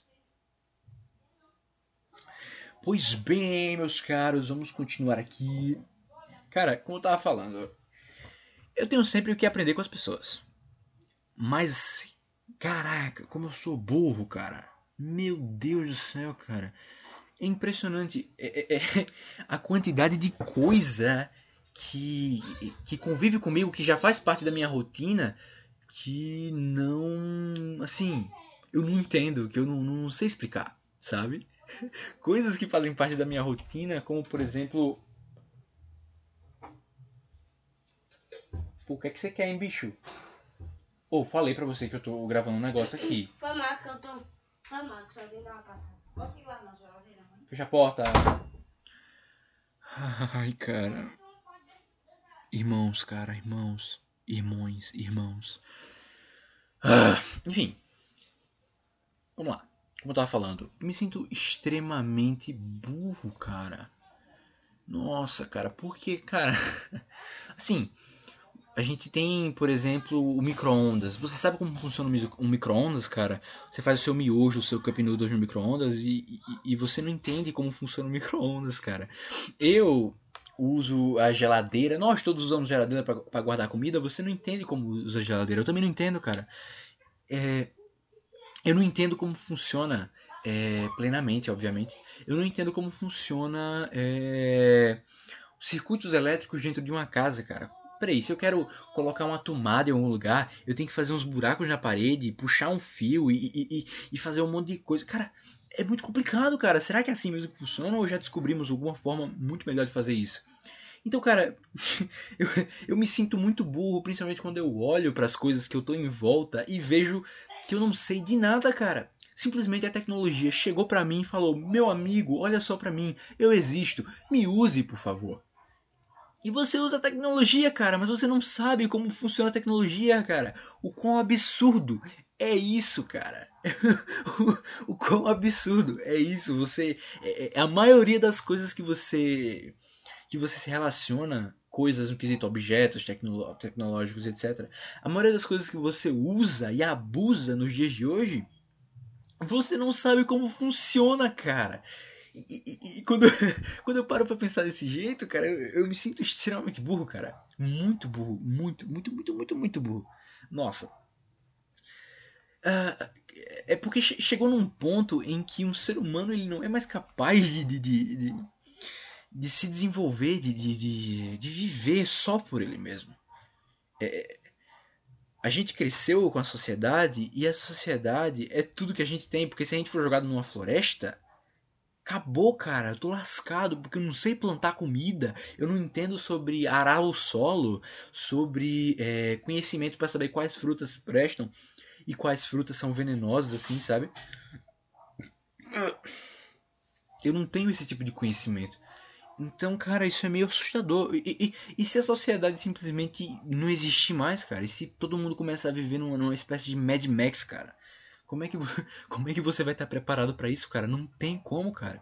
Pois bem, meus caros, vamos continuar aqui. Cara, como eu tava falando, eu tenho sempre o que aprender com as pessoas. Mas, caraca, como eu sou burro, cara. Meu Deus do céu, cara. É impressionante é, é, é, a quantidade de coisa que, que convive comigo, que já faz parte da minha rotina, que não. Assim, eu não entendo, que eu não, não sei explicar, sabe? Coisas que fazem parte da minha rotina, como por exemplo. Pô, o que é que você quer, hein, bicho? Ou oh, falei pra você que eu tô gravando um negócio aqui. Foi mal que eu tô. Foi mal que só vim dar uma passada. Pode ir lá na geladeira, mãe. Fecha a porta. Ai, cara. Irmãos, cara, irmãos. Irmãos, irmãos. Ah, enfim. Vamos lá. Como eu tava falando, eu me sinto extremamente burro, cara. Nossa, cara, porque, cara. Assim, A gente tem, por exemplo, o micro-ondas. Você sabe como funciona um micro-ondas, cara? Você faz o seu miojo, o seu cup noodles no micro-ondas e, e, e você não entende como funciona o micro-ondas, cara. Eu uso a geladeira. Nós todos usamos geladeira para guardar comida. Você não entende como usa a geladeira. Eu também não entendo, cara. É, eu não entendo como funciona é, plenamente, obviamente. Eu não entendo como funciona é, circuitos elétricos dentro de uma casa, cara. Peraí, se eu quero colocar uma tomada em algum lugar, eu tenho que fazer uns buracos na parede, puxar um fio e, e, e, e fazer um monte de coisa. Cara, é muito complicado, cara. Será que é assim mesmo que funciona ou já descobrimos alguma forma muito melhor de fazer isso? Então, cara, eu, eu me sinto muito burro, principalmente quando eu olho para as coisas que eu tô em volta e vejo que eu não sei de nada, cara. Simplesmente a tecnologia chegou pra mim e falou: meu amigo, olha só pra mim, eu existo, me use, por favor. E você usa a tecnologia, cara, mas você não sabe como funciona a tecnologia, cara. O quão absurdo é isso, cara. o, o quão absurdo é isso. Você, é, é, a maioria das coisas que você que você se relaciona, coisas no quesito objetos tecno, tecnológicos, etcétera. A maioria das coisas que você usa e abusa nos dias de hoje, você não sabe como funciona, cara. E, e, e quando, quando eu paro pra pensar desse jeito, cara, eu, eu me sinto extremamente burro, cara. Muito burro. Muito, muito, muito, muito, muito burro. Nossa. Ah, é porque chegou num ponto em que um ser humano ele não é mais capaz de, de, de, de, de se desenvolver, de, de, de, de viver só por ele mesmo. É, a gente cresceu com a sociedade e a sociedade é tudo que a gente tem. Porque se a gente for jogado numa floresta, acabou, cara. Eu tô lascado porque eu não sei plantar comida. Eu não entendo sobre arar o solo, sobre é, conhecimento para saber quais frutas prestam e quais frutas são venenosas, assim, sabe? Eu não tenho esse tipo de conhecimento. Então, cara, isso é meio assustador. E, e, e se a sociedade simplesmente não existir mais, cara? E se todo mundo começar a viver numa, numa espécie de Mad Max, cara? Como é que, como é que você vai estar preparado para isso, cara? Não tem como, cara.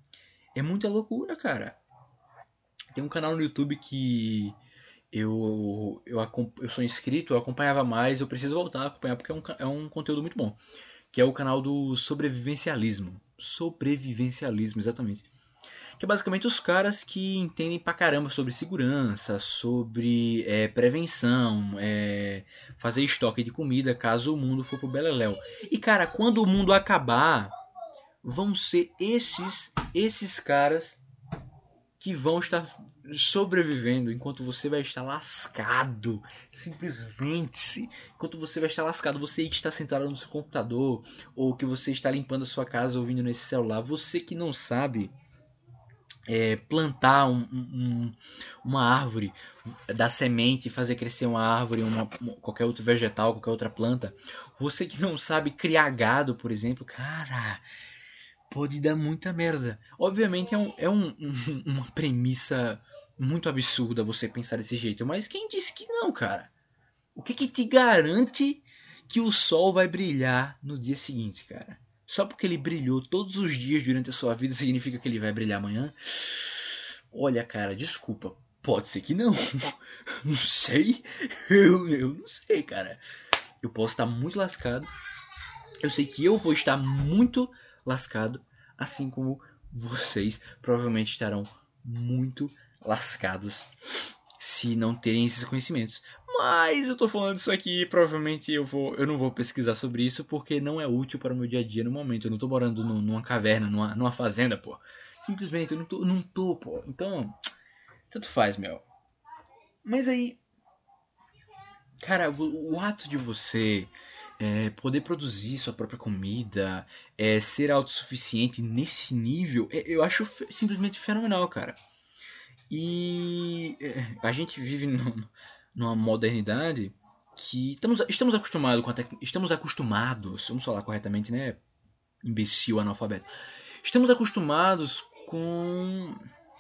É muita loucura, cara. Tem um canal no YouTube que eu, eu, eu sou inscrito, eu acompanhava mais, eu preciso voltar a acompanhar porque é um, é um conteúdo muito bom. Que é o canal do sobrevivencialismo. Sobrevivencialismo, exatamente. Que é basicamente os caras que entendem pra caramba sobre segurança, sobre é, prevenção, é, fazer estoque de comida caso o mundo for pro beleléu. E cara, quando o mundo acabar, vão ser esses, esses caras que vão estar sobrevivendo enquanto você vai estar lascado. Simplesmente. Enquanto você vai estar lascado, você que está sentado no seu computador ou que você está limpando a sua casa ouvindo nesse celular, você que não sabe é, plantar um, um, uma árvore, dar semente e fazer crescer uma árvore, uma, qualquer outro vegetal, qualquer outra planta. Você que não sabe criar gado, por exemplo, cara, pode dar muita merda. Obviamente é, um, é um, um, uma premissa muito absurda você pensar desse jeito, mas quem disse que não, cara? O que, que te garante que o sol vai brilhar no dia seguinte, cara? Só porque ele brilhou todos os dias durante a sua vida significa que ele vai brilhar amanhã? Olha, cara, desculpa. Pode ser que não. Não sei. Eu, eu não sei, cara. Eu posso estar muito lascado. Eu sei que eu vou estar muito lascado. Assim como vocês provavelmente estarão muito lascados se não terem esses conhecimentos. Mas eu tô falando isso aqui, provavelmente eu, vou, eu não vou pesquisar sobre isso porque não é útil para o meu dia a dia no momento. Eu não tô morando no, numa caverna, numa, numa fazenda, pô. Simplesmente eu não tô, não tô, pô. Então, tanto faz, meu. Mas aí, cara, o, o ato de você é, poder produzir sua própria comida, é, ser autossuficiente nesse nível, é, eu acho fe- simplesmente fenomenal, cara. E é, a gente vive no, numa modernidade que estamos, estamos acostumados com a tec... estamos acostumados, vamos falar corretamente, né? Imbecil, analfabeto. Estamos acostumados com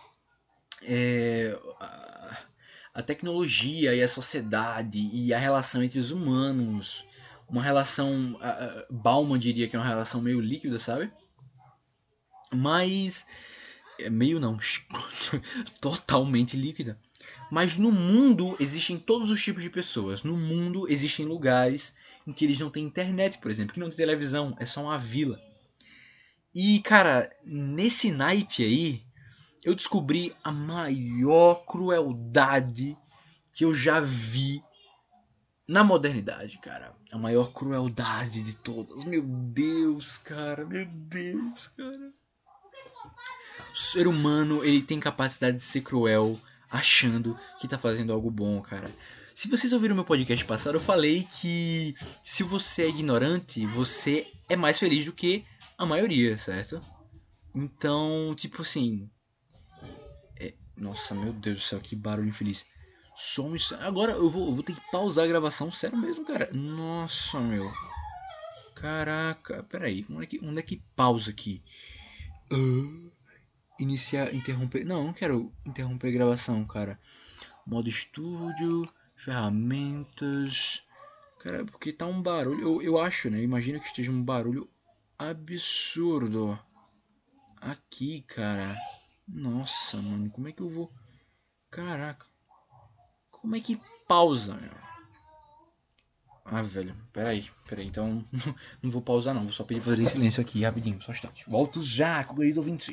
é, a, a tecnologia e a sociedade e a relação entre os humanos. Uma relação, a, a, Bauman diria que é uma relação meio líquida, sabe? Mas É meio não, totalmente líquida. Mas no mundo existem todos os tipos de pessoas. No mundo existem lugares em que eles não têm internet, por exemplo, que não tem televisão, é só uma vila. E, cara, nesse naipe aí, eu descobri a maior crueldade que eu já vi na modernidade, cara. A maior crueldade de todas. Meu Deus, cara, meu Deus, cara. O ser humano, ele tem capacidade de ser cruel achando que tá fazendo algo bom, cara. Se vocês ouviram meu podcast passado, eu falei que se você é ignorante, você é mais feliz do que a maioria, certo? Então, tipo assim... É... Nossa, meu Deus do céu, que barulho infeliz. Som isso. Agora eu vou, eu vou ter que pausar a gravação, sério mesmo, cara. Nossa, meu. Caraca, peraí, onde é que, onde é que pausa aqui? Uh, iniciar, interromper. Não, não quero interromper a gravação, cara. Modo estúdio, ferramentas. Cara, porque tá um barulho. Eu, eu acho, né? Imagino que esteja um barulho absurdo aqui, cara. Nossa, mano, como é que eu vou. Caraca, como é que pausa, meu? Ah, velho, peraí, peraí, então não vou pausar não, vou só pedir pra fazer silêncio aqui, rapidinho, só um instante. Volto já, com o querido ouvinte.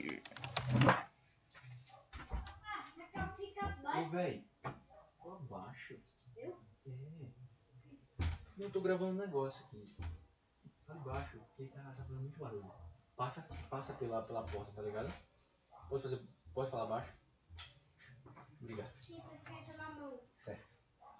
Ô, velho, tô abaixo. Eu? É. Não, tô gravando um negócio aqui. Fala baixo, porque tá, tá fazendo muito barulho. Passa, passa pela, pela porta, tá ligado? Pode fazer, pode falar baixo? Obrigado. Certo.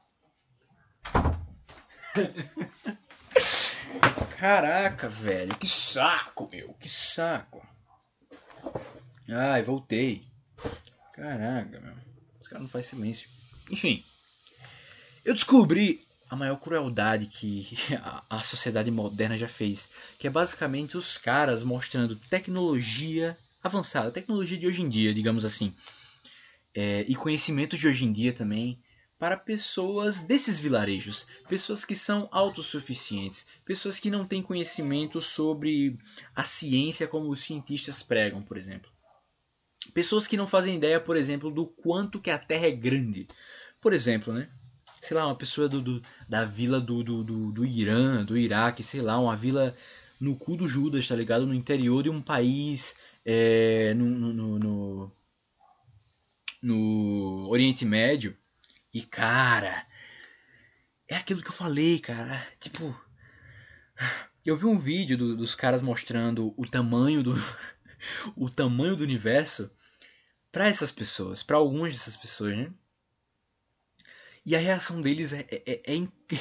Caraca, velho, que saco, meu, que saco. Ai, voltei. Caraca, meu. Os caras não fazem silêncio. Enfim, eu descobri a maior crueldade que a, a sociedade moderna já fez, que é basicamente os caras mostrando tecnologia avançada, tecnologia de hoje em dia, digamos assim, é, e conhecimentos de hoje em dia também, para pessoas desses vilarejos, pessoas que são autossuficientes, pessoas que não têm conhecimento sobre a ciência como os cientistas pregam, por exemplo. Pessoas que não fazem ideia, por exemplo, do quanto que a Terra é grande. Por exemplo, né? Sei lá, uma pessoa do, do, da vila do, do, do, do Irã, do Iraque, sei lá, uma vila no cu do Judas, tá ligado? No interior de um país, é, no, no, no, no Oriente Médio. E, cara, é aquilo que eu falei, cara. Tipo, eu vi um vídeo do, dos caras mostrando o tamanho do, o tamanho do universo para essas pessoas, para algumas dessas pessoas, né? E a reação deles é é, é,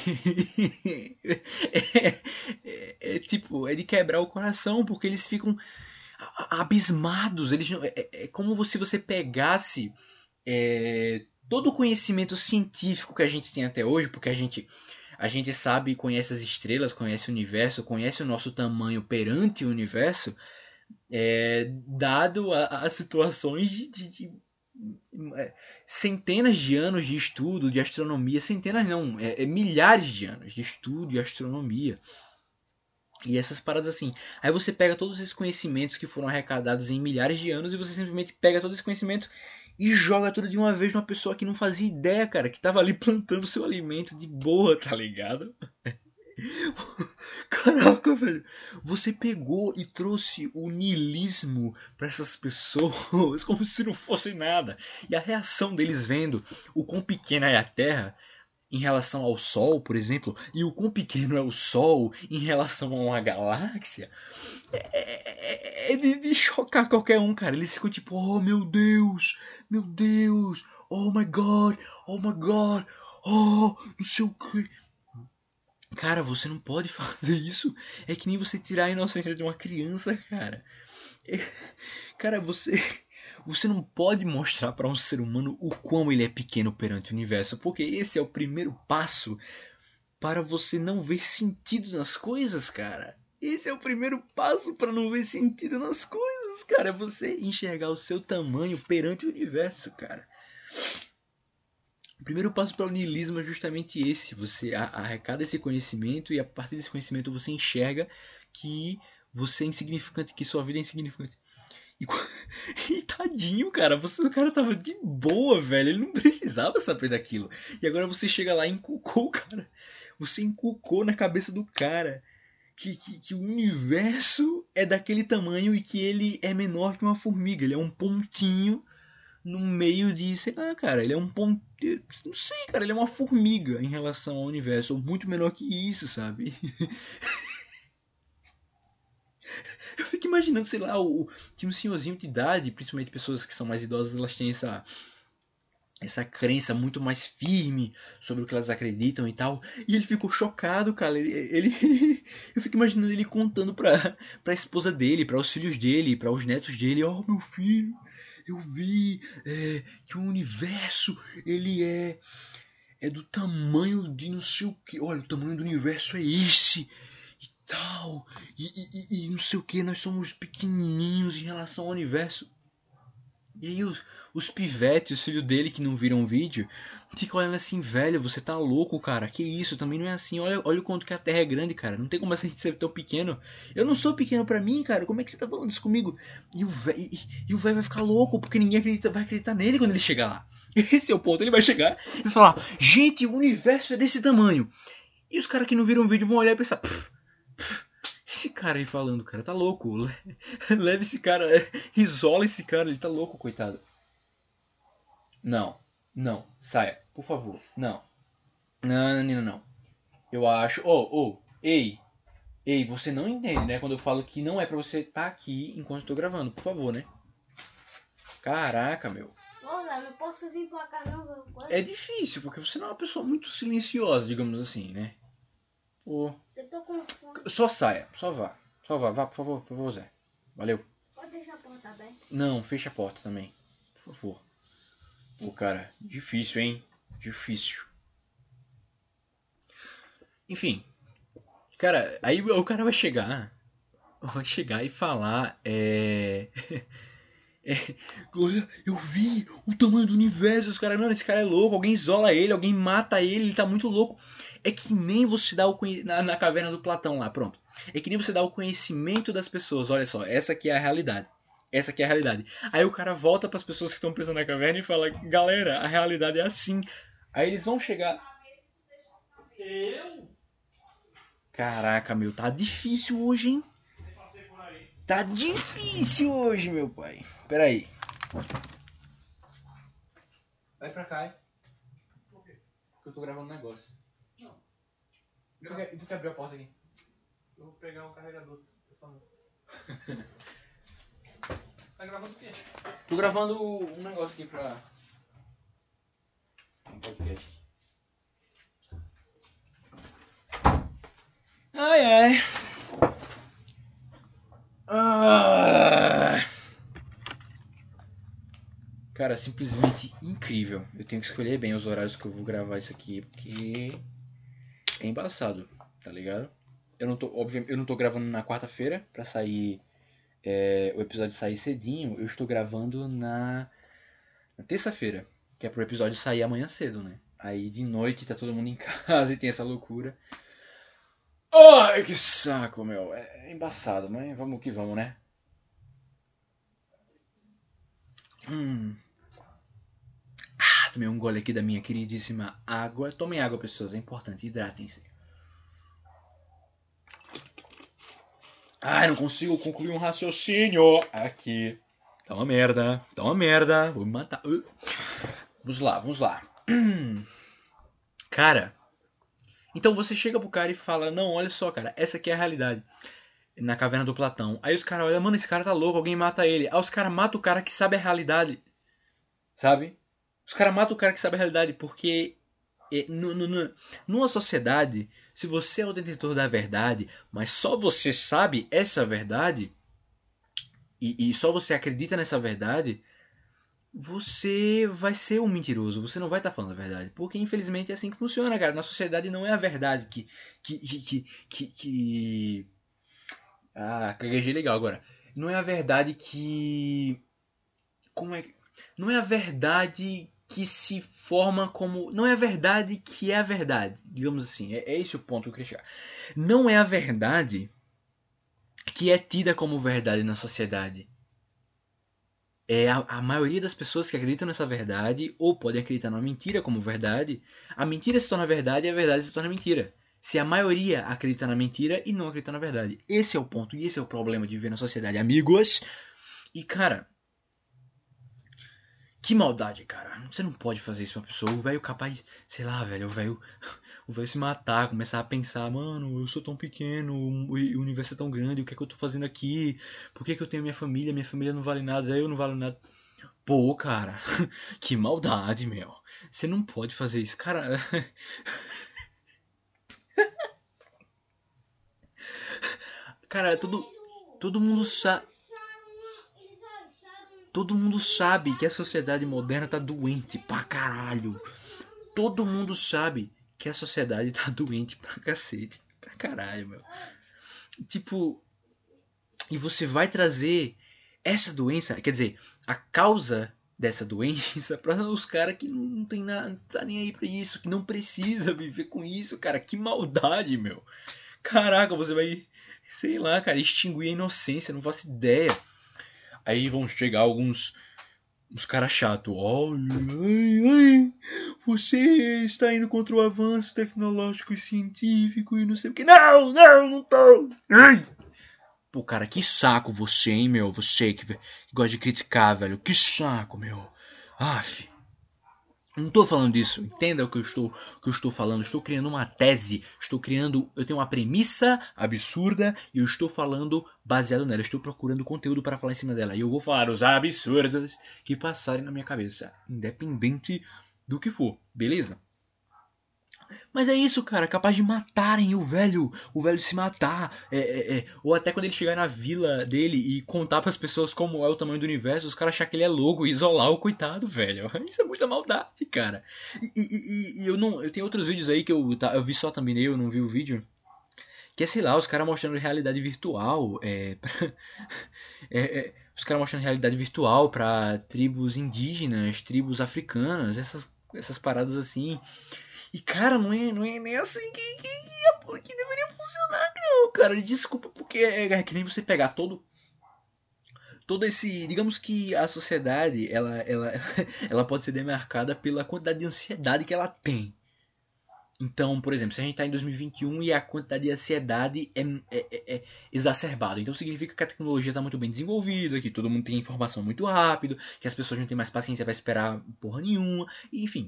é, é, é tipo, é de quebrar o coração, porque eles ficam abismados. Eles não, é, é como se você pegasse é, todo o conhecimento científico que a gente tem até hoje, porque a gente, a gente sabe, conhece as estrelas, conhece o universo, conhece o nosso tamanho perante o universo, é, dado as situações de, de, de centenas de anos de estudo de astronomia, centenas não, é, é milhares de anos de estudo de astronomia. E essas paradas assim. Aí você pega todos esses conhecimentos que foram arrecadados em milhares de anos e você simplesmente pega todo esse conhecimento e joga tudo de uma vez numa pessoa que não fazia ideia, cara, que tava ali plantando seu alimento de boa, tá ligado? Caraca, velho. Você pegou e trouxe o niilismo pra essas pessoas como se não fosse nada. E a reação deles vendo o quão pequena é a Terra em relação ao Sol, por exemplo, e o quão pequeno é o Sol em relação a uma galáxia, é, é, é de, de chocar qualquer um, cara. Eles ficam tipo, oh meu Deus, meu Deus, oh my God, oh my God, oh, não sei o que. Cara, você não pode fazer isso. É que nem você tirar a inocência de uma criança, cara. É... Cara, você... Você não pode mostrar para um ser humano o quão ele é pequeno perante o universo. Porque esse é o primeiro passo para você não ver sentido nas coisas, cara. Esse é o primeiro passo para não ver sentido nas coisas, cara. É você enxergar o seu tamanho perante o universo, cara. O primeiro passo para o niilismo é justamente esse. Você arrecada esse conhecimento e a partir desse conhecimento você enxerga que você é insignificante, que sua vida é insignificante. E, e tadinho, cara, você, o cara tava de boa, velho. Ele não precisava saber daquilo. E agora você chega lá e encucou o cara. Você encucou na cabeça do cara que, que, que o universo é daquele tamanho e que ele é menor que uma formiga. Ele é um pontinho no meio de, sei lá, cara, ele é um ponto, não sei, cara, ele é uma formiga em relação ao universo, ou muito menor que isso, sabe? Eu fico imaginando, sei lá, o, que um senhorzinho de idade, principalmente pessoas que são mais idosas, elas têm essa essa crença muito mais firme sobre o que elas acreditam e tal. E ele ficou chocado, cara. Ele, ele eu fico imaginando ele contando pra, pra esposa dele, para os filhos dele, para os netos dele: ó, oh, meu filho, eu vi é, que o universo, ele é é do tamanho de não sei o que. Olha, o tamanho do universo é esse e tal. E, e, e não sei o que, nós somos pequenininhos em relação ao universo. E aí os, os pivetes, os filhos dele que não viram o vídeo, ficam olhando assim: velho, você tá louco, cara, que isso, também não é assim, olha, olha o quanto que a Terra é grande, cara, não tem como a gente ser tão pequeno. Eu não sou pequeno pra mim, cara, como é que você tá falando isso comigo? E o velho e, e o velho vai ficar louco, porque ninguém acredita, vai acreditar nele quando ele chegar lá. Esse é o ponto, ele vai chegar e vai falar: gente, o universo é desse tamanho. E os caras que não viram o vídeo vão olhar e pensar: pff, pff, esse cara aí falando, cara, tá louco. Leve esse cara, isola esse cara, ele tá louco, coitado. Não, não, saia, por favor, não. Não, não, não, não. Eu acho. Oh, oh, ei, ei, você não entende, né? Quando eu falo que não é pra você estar aqui enquanto eu tô gravando, por favor, né? Caraca, meu. Ô, velho, não posso vir pra cá não, velho. É difícil, porque você não é uma pessoa muito silenciosa, digamos assim, né? Pô. Eu tô com fome. Só saia, só vá. Só vá, vá, por favor, por favor, Zé. Valeu. Pode deixar a porta aberta. Não, fecha a porta também. Por favor. Pô, cara, difícil, hein? Difícil. Enfim. Cara, aí o cara vai chegar. Vai chegar e falar. É. É, olha, eu vi o tamanho do universo. Os caras, não, esse cara é louco. Alguém isola ele, alguém mata ele, ele tá muito louco. É que nem você dá o conhe... na, na caverna do Platão lá, pronto. É que nem você dá o conhecimento das pessoas. Olha só, essa aqui é a realidade. Essa aqui é a realidade. Aí o cara volta para as pessoas que estão pensando na caverna e fala: galera, a realidade é assim. Aí eles vão chegar. Eu? Caraca, meu, tá difícil hoje, hein? Tá difícil hoje, meu pai. Pera aí. Vai pra cá, hein? Por quê? Porque eu tô gravando um negócio. Não. E tu quer abrir a porta aqui? Eu vou pegar um carregador. Tá gravando o quê? Tô gravando um negócio aqui pra... um podcast. Ai, ai. Ah. Cara, simplesmente incrível. Eu tenho que escolher bem os horários que eu vou gravar isso aqui, porque é embaçado, tá ligado? Eu não tô, obviamente, eu não tô gravando na quarta-feira pra sair é, o episódio sair cedinho. Eu estou gravando na, na terça-feira, que é pro episódio sair amanhã cedo, né? Aí de noite tá todo mundo em casa e tem essa loucura. Ai, que saco, meu. É, é embaçado, mas vamos que vamos, né? Hum. Ah, tomei um gole aqui da minha queridíssima água. Tomem água, pessoas, é importante. Hidratem-se. Ai, não consigo concluir um raciocínio. Aqui. Tá uma merda. Tá uma merda. Vou me matar. Uh. Vamos lá, vamos lá. Hum. Cara. Então você chega pro cara e fala: não, olha só, cara, essa aqui é a realidade. Na caverna do Platão. Aí os caras olham: mano, esse cara tá louco, alguém mata ele. Aí os caras matam o cara que sabe a realidade. Sabe? Os caras matam o cara que sabe a realidade. Porque é, no, no, no, numa sociedade, se você é o detentor da verdade, mas só você sabe essa verdade, e, e só você acredita nessa verdade, você vai ser um mentiroso. Você não vai estar falando a verdade. Porque infelizmente é assim que funciona, cara. Na sociedade não é a verdade que... que, que, que, que, que... Ah, gaguejei legal agora. Não é a verdade que... Como é que... Não é a verdade que se forma como... Não é a verdade que é a verdade. Digamos assim. É, é esse o ponto que eu queria chegar. Não é a verdade que é tida como verdade na sociedade. é a, a maioria das pessoas que acreditam nessa verdade, ou podem acreditar numa mentira como verdade, a mentira se torna verdade e a verdade se torna mentira. Se a maioria acredita na mentira e não acredita na verdade. Esse é o ponto e esse é o problema de viver na sociedade, amigos. E, cara, que maldade, cara. Você não pode fazer isso pra uma pessoa. O velho capaz, sei lá, velho, o velho o velho se matar, começar a pensar, mano, eu sou tão pequeno, o universo é tão grande, o que é que eu tô fazendo aqui? Por que, que eu tenho minha família? Minha família não vale nada, eu não valho nada. Pô, cara, que maldade, meu. Você não pode fazer isso, cara. Cara, todo, todo mundo sabe. Todo mundo sabe que a sociedade moderna tá doente pra caralho. Todo mundo sabe que a sociedade tá doente pra cacete. Pra caralho, meu. Tipo, e você vai trazer essa doença, quer dizer, a causa dessa doença para os caras que não tem nada, não tá nem aí pra isso, que não precisa viver com isso, cara. Que maldade, meu. Caraca, você vai, sei lá, cara, extinguir a inocência, não faço ideia. Aí vão chegar alguns uns caras chatos. Olha, ai, ai, você está indo contra o avanço tecnológico e científico e não sei o que. Não, não, não tô. Ai. Pô, cara, que saco você, hein, meu? Você que, que gosta de criticar, velho. Que saco, meu. Aff. Não estou falando disso. Entenda o que eu estou, o que eu estou falando. Estou criando uma tese. Estou criando. Eu tenho uma premissa absurda e eu estou falando baseado nela. Estou procurando conteúdo para falar em cima dela. E eu vou falar os absurdos que passarem na minha cabeça. Independente do que for. Beleza? Mas é isso, cara, capaz de matarem o velho, o velho se matar, é, é, é. Ou até quando ele chegar na vila dele e contar pras pessoas como é o tamanho do universo, os caras achar que ele é louco e isolar o coitado, velho. Isso é muita maldade, cara. E, e, e, e eu não, eu tenho outros vídeos aí que eu, tá, eu vi só também, eu não vi o vídeo, que é, sei lá, os caras mostrando realidade virtual, é, é, é os caras mostrando realidade virtual pra tribos indígenas, tribos africanas, essas, essas paradas assim. E, cara, não é, não é nem assim que, que, que, que deveria funcionar, não, cara. Desculpa, porque é, é que nem você pegar todo. Todo esse. Digamos que a sociedade, ela, ela, ela pode ser demarcada pela quantidade de ansiedade que ela tem. Então, por exemplo, se a gente está em dois mil e vinte e um e a quantidade de ansiedade é, é, é, é exacerbada, então significa que a tecnologia está muito bem desenvolvida, que todo mundo tem informação muito rápido, que as pessoas não têm mais paciência para esperar porra nenhuma, enfim.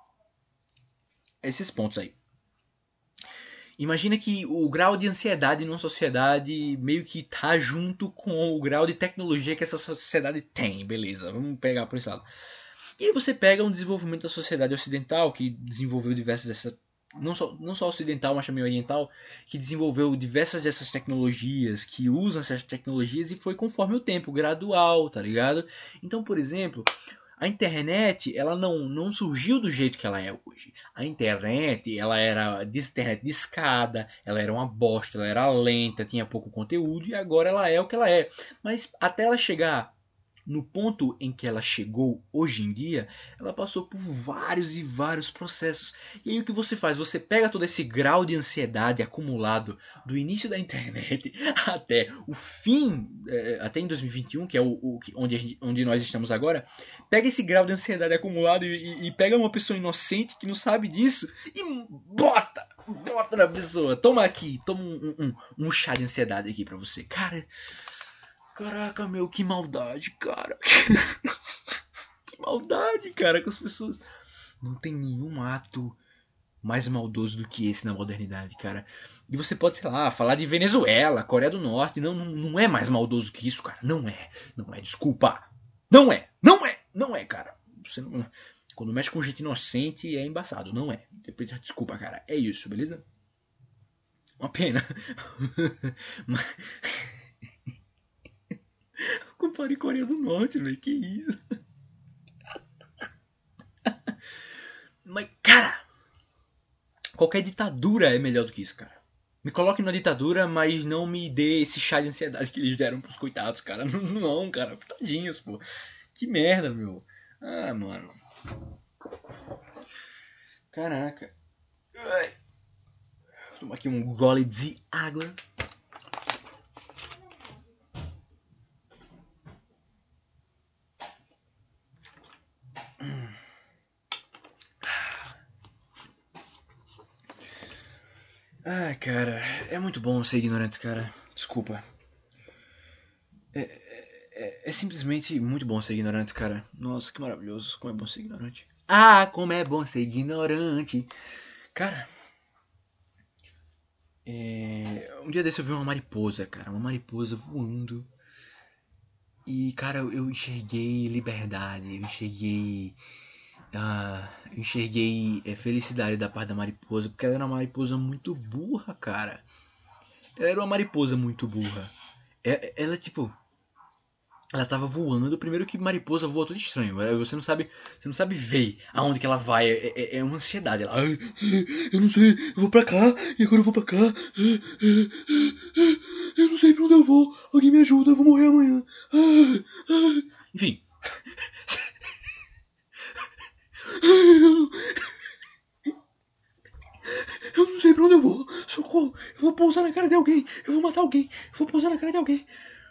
Esses pontos aí. Imagina que o grau de ansiedade numa sociedade meio que tá junto com o grau de tecnologia que essa sociedade tem, beleza? Vamos pegar por esse lado. E aí você pega um desenvolvimento da sociedade ocidental que desenvolveu diversas dessas, não só não só ocidental, mas também oriental, que desenvolveu diversas dessas tecnologias, que usam essas tecnologias e foi conforme o tempo, gradual, tá ligado? Então, por exemplo, a internet, ela não, não surgiu do jeito que ela é hoje. A internet, ela era de internet de escada, ela era uma bosta, ela era lenta, tinha pouco conteúdo e agora ela é o que ela é. Mas até ela chegar no ponto em que ela chegou hoje em dia, ela passou por vários e vários processos. E aí o que você faz? Você pega todo esse grau de ansiedade acumulado do início da internet até o fim, até em dois mil e vinte e um, que é o, o onde, a gente, onde nós estamos agora, pega esse grau de ansiedade acumulado e, e pega uma pessoa inocente que não sabe disso e bota, bota na pessoa. Toma aqui, toma um, um, um chá de ansiedade aqui pra você. Cara... Caraca, meu, que maldade, cara. Que maldade, cara, que as pessoas... Não tem nenhum ato mais maldoso do que esse na modernidade, cara. E você pode, sei lá, falar de Venezuela, Coreia do Norte. Não, não, não é mais maldoso que isso, cara. Não é. Não é, desculpa. Não é. Não é. Não é, cara. Você não... Quando mexe com gente inocente é embaçado. Não é. Desculpa, cara. É isso, beleza? Uma pena. Mas... Compare Coreia do Norte, velho. Que isso? Mas, cara, qualquer ditadura é melhor do que isso, cara. Me coloque na ditadura, mas não me dê esse chá de ansiedade que eles deram pros coitados, cara. Não, cara. Tadinhos, pô. Que merda, meu. Ah, mano. Caraca. Ai. Vou tomar aqui um gole de água. Ah, cara, é muito bom ser ignorante, cara. Desculpa. É, é, é simplesmente muito bom ser ignorante, cara. Nossa, que maravilhoso. Como é bom ser ignorante. Ah, como é bom ser ignorante. Cara, é... um dia desse eu vi uma mariposa, cara. Uma mariposa voando. E, cara, eu enxerguei liberdade. Eu enxerguei... Ah, eu enxerguei é, felicidade da parte da mariposa. Porque ela era uma mariposa muito burra, cara. Ela era uma mariposa muito burra. É- Ela, tipo... Ela tava voando, primeiro que mariposa voa tudo estranho. é, Você não sabe, você não sabe ver aonde que ela vai. É, é- é uma ansiedade. Ela, "Ai, eu não sei, eu vou pra cá, e agora eu vou pra cá. Eu não sei pra onde eu vou. Alguém me ajuda, eu vou morrer amanhã. Enfim. Eu não, eu não sei pra onde eu vou. Socorro, eu vou pousar na cara de alguém. Eu vou matar alguém. Eu vou pousar na cara de alguém.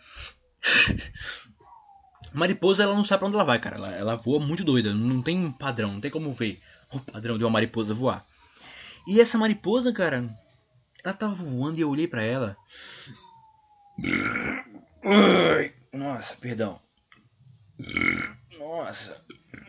Mariposa, ela não sabe pra onde ela vai, cara. Ela, ela voa muito doida. Não tem padrão, não tem como ver o padrão de uma mariposa voar. E essa mariposa, cara, ela tava voando e eu olhei pra ela. Ai, nossa, perdão. Nossa.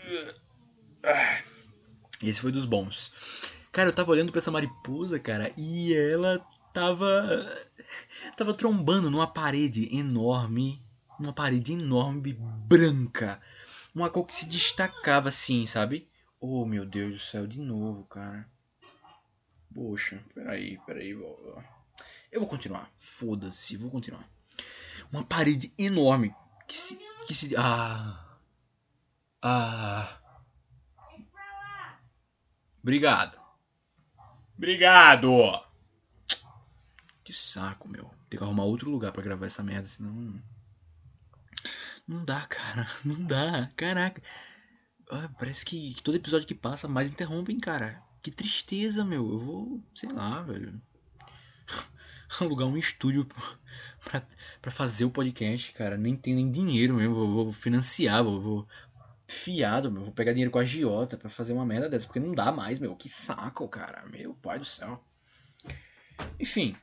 Esse foi dos bons. Cara, eu tava olhando pra essa mariposa, cara, e ela tava. Tava trombando numa parede enorme. Uma parede enorme, branca. Uma cor que se destacava assim, sabe? Oh, meu Deus do céu, de novo, cara. Poxa, peraí, peraí. Eu vou continuar. Foda-se, vou continuar. Uma parede enorme. Que se. Que se. Ah. Ah. Obrigado. Obrigado! Que saco, meu. Tem que arrumar outro lugar pra gravar essa merda, senão. Não dá, cara. Não dá. Caraca. Ah, parece que todo episódio que passa mais interrompem, cara. Que tristeza, meu. Eu vou. Sei lá, velho. Alugar um estúdio pra, pra fazer o podcast, cara. Nem tem nem dinheiro mesmo. Vou, vou financiar, vou, vou fiado, meu. Vou pegar dinheiro com a agiota pra fazer uma merda dessa. Porque não dá mais, meu. Que saco, cara. Meu pai do céu. Enfim.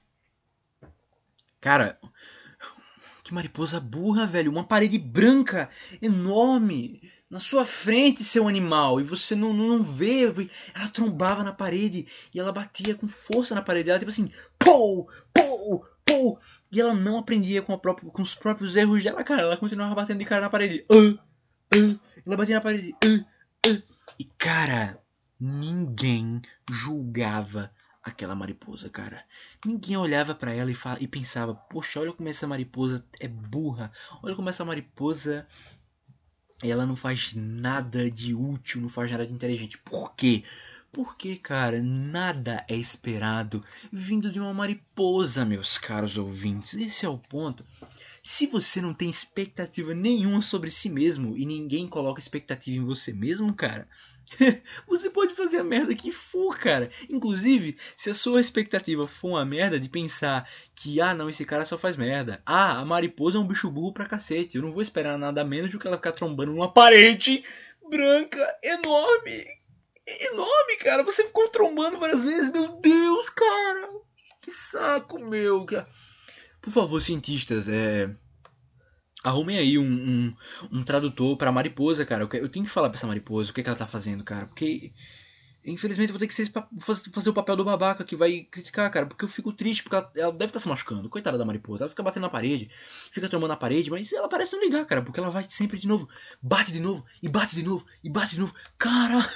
Cara, que mariposa burra, velho. Uma parede branca, enorme, na sua frente, seu animal. E você não, não, não vê. Ela trombava na parede e ela batia com força na parede. Ela tipo assim, pou, pou, pou. E ela não aprendia com, a própria, com os próprios erros dela, cara. Ela continuava batendo de cara na parede. Uh, uh. Ela batia na parede. Uh, uh. E, cara, ninguém julgava aquela mariposa, cara. Ninguém olhava pra ela e, fala, e pensava, poxa, olha como essa mariposa é burra. Olha como essa mariposa, ela não faz nada de útil, não faz nada de inteligente. Por quê? Porque, cara, nada é esperado vindo de uma mariposa, meus caros ouvintes. Esse é o ponto. Se você não tem expectativa nenhuma sobre si mesmo e ninguém coloca expectativa em você mesmo, cara, você pode fazer a merda que for, cara. Inclusive, se a sua expectativa for uma merda de pensar que, ah, não, esse cara só faz merda. Ah, a mariposa é um bicho burro pra cacete. Eu não vou esperar nada menos do que ela ficar trombando numa parede branca enorme. Enorme, cara. Você ficou trombando várias vezes. Meu Deus, cara. Que saco, meu. Por favor, cientistas, é... arrumem aí um, um, um tradutor pra mariposa, cara. Eu, eu tenho que falar pra essa mariposa o que, que ela tá fazendo, cara. Porque, infelizmente, eu vou ter que ser, fazer o papel do babaca que vai criticar, cara. Porque eu fico triste, porque ela, ela deve estar se machucando. Coitada da mariposa. Ela fica batendo na parede, fica tomando na parede, mas ela parece não ligar, cara. Porque ela vai sempre de novo, bate de novo, e bate de novo, e bate de novo. Cara...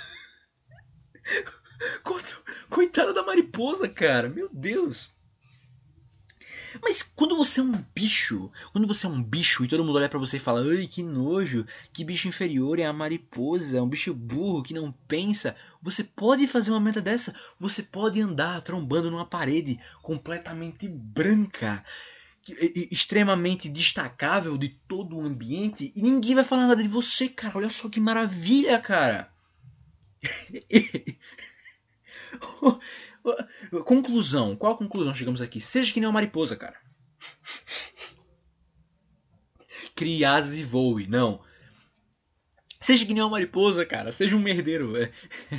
Coitada da mariposa, cara. Meu Deus. Mas quando você é um bicho, quando você é um bicho e todo mundo olha pra você e fala, ai, que nojo, que bicho inferior é a mariposa, é um bicho burro que não pensa, você pode fazer uma merda dessa, você pode andar trombando numa parede completamente branca, extremamente destacável de todo o ambiente e ninguém vai falar nada de você, cara. Olha só que maravilha, cara. Conclusão. Qual a conclusão chegamos aqui? Seja que nem uma mariposa, cara. Crie asas e voe. Não. Seja que nem uma mariposa, cara. Seja um merdeiro. É.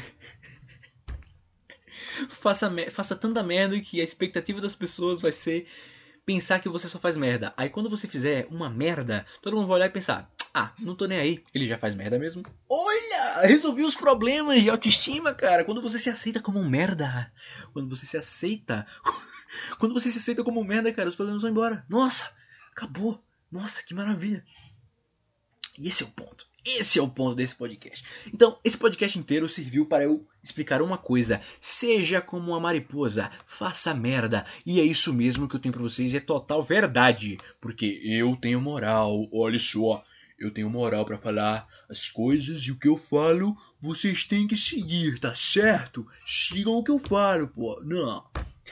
faça, faça tanta merda que a expectativa das pessoas vai ser pensar que você só faz merda. Aí quando você fizer uma merda, todo mundo vai olhar e pensar: ah, não tô nem aí. Ele já faz merda mesmo. Olha, resolvi os problemas de autoestima, cara. Quando você se aceita como um merda. Quando você se aceita. Quando você se aceita como um merda, cara, os problemas vão embora. Nossa, acabou. Nossa, que maravilha. E esse é o ponto. Esse é o ponto desse podcast. Então, esse podcast inteiro serviu para eu explicar uma coisa. Seja como uma mariposa, faça merda. E é isso mesmo que eu tenho pra vocês, é total verdade. Porque eu tenho moral, olha só. Eu tenho moral pra falar as coisas e o que eu falo, vocês têm que seguir, tá certo? Sigam o que eu falo, pô. Não.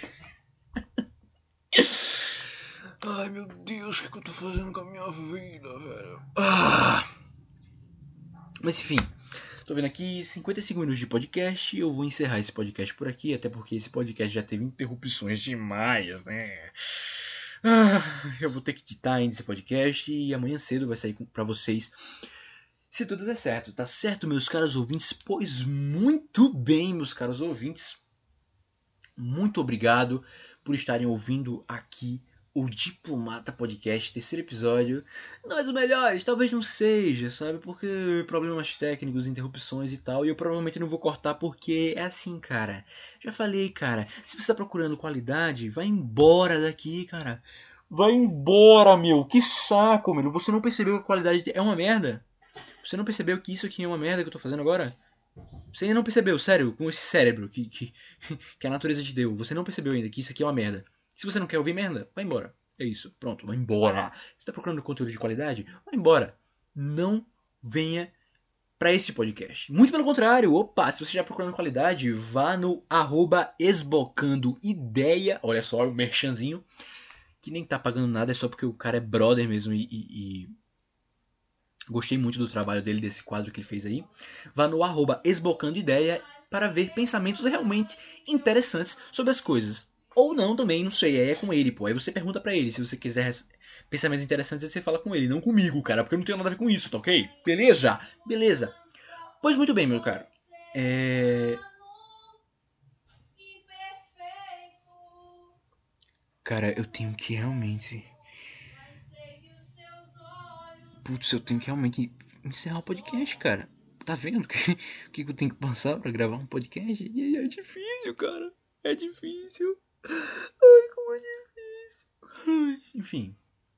Ai, meu Deus, o que eu tô fazendo com a minha vida, velho? Ah... Mas enfim, tô vendo aqui cinquenta e cinco minutos de podcast. Eu vou encerrar esse podcast por aqui, até porque esse podcast já teve interrupções demais, né? Ah, eu vou ter que editar ainda esse podcast e amanhã cedo vai sair pra vocês, se tudo der certo, tá certo, meus caros ouvintes? Pois muito bem, meus caros ouvintes. Muito obrigado por estarem ouvindo aqui o Diplomata Podcast, terceiro episódio. Não é dos melhores, talvez não seja, sabe? Porque problemas técnicos, interrupções e tal. E eu provavelmente não vou cortar porque é assim, cara. Já falei, cara. Se você tá procurando qualidade, vai embora daqui, cara. Vai embora, meu. Que saco, meu. Você não percebeu que a qualidade é uma merda? Você não percebeu que isso aqui é uma merda que eu tô fazendo agora? Você ainda não percebeu, sério, com esse cérebro que, que, que a natureza te deu. Você não percebeu ainda que isso aqui é uma merda. Se você não quer ouvir merda, vai embora. É isso, pronto, vai embora. Você tá procurando conteúdo de qualidade? Vai embora. Não venha pra esse podcast. Muito pelo contrário, opa, se você já procurando qualidade, vá no arroba esbocandoideia. Olha só, o merchanzinho, que nem tá pagando nada, é só porque o cara é brother mesmo e... e, e... gostei muito do trabalho dele, desse quadro que ele fez aí. Vá no arroba esbocandoideia para ver pensamentos realmente interessantes sobre as coisas. Ou não também, não sei, aí é com ele, pô. Aí você pergunta pra ele, se você quiser pensamentos interessantes, você fala com ele, não comigo, cara, porque eu não tenho nada a ver com isso, tá ok? Beleza? Beleza. Pois muito bem, meu caro. É... Cara, eu tenho que realmente... Putz, eu tenho que realmente encerrar o podcast, cara. Tá vendo o que, que eu tenho que passar pra gravar um podcast? E é difícil, cara. É difícil. Ai, como é difícil. Ai, enfim.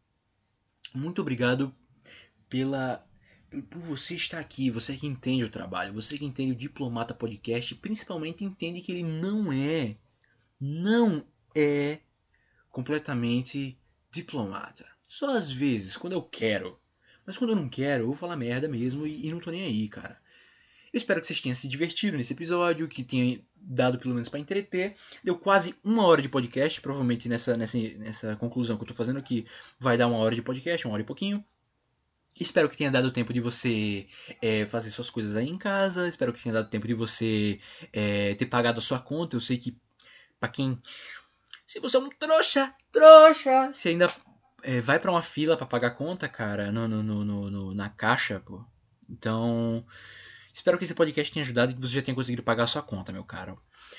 Muito obrigado pela... por você estar aqui. Você que entende o trabalho. Você que entende o Diplomata Podcast. Principalmente entende que ele não é... Não é... completamente diplomata. Só às vezes, quando eu quero... Mas quando eu não quero, eu vou falar merda mesmo e, e não tô nem aí, cara. Eu espero que vocês tenham se divertido nesse episódio, que tenha dado pelo menos pra entreter. Deu quase uma hora de podcast, provavelmente nessa, nessa, nessa conclusão que eu tô fazendo aqui vai dar uma hora de podcast, uma hora e pouquinho. Espero que tenha dado tempo de você é, fazer suas coisas aí em casa. Espero que tenha dado tempo de você é, ter pagado a sua conta. Eu sei que pra quem... Se você é um trouxa, trouxa, se ainda... É, vai pra uma fila pra pagar conta, cara, no, no, no, no, na caixa, pô. Então, espero que esse podcast tenha ajudado e que você já tenha conseguido pagar a sua conta, meu caro.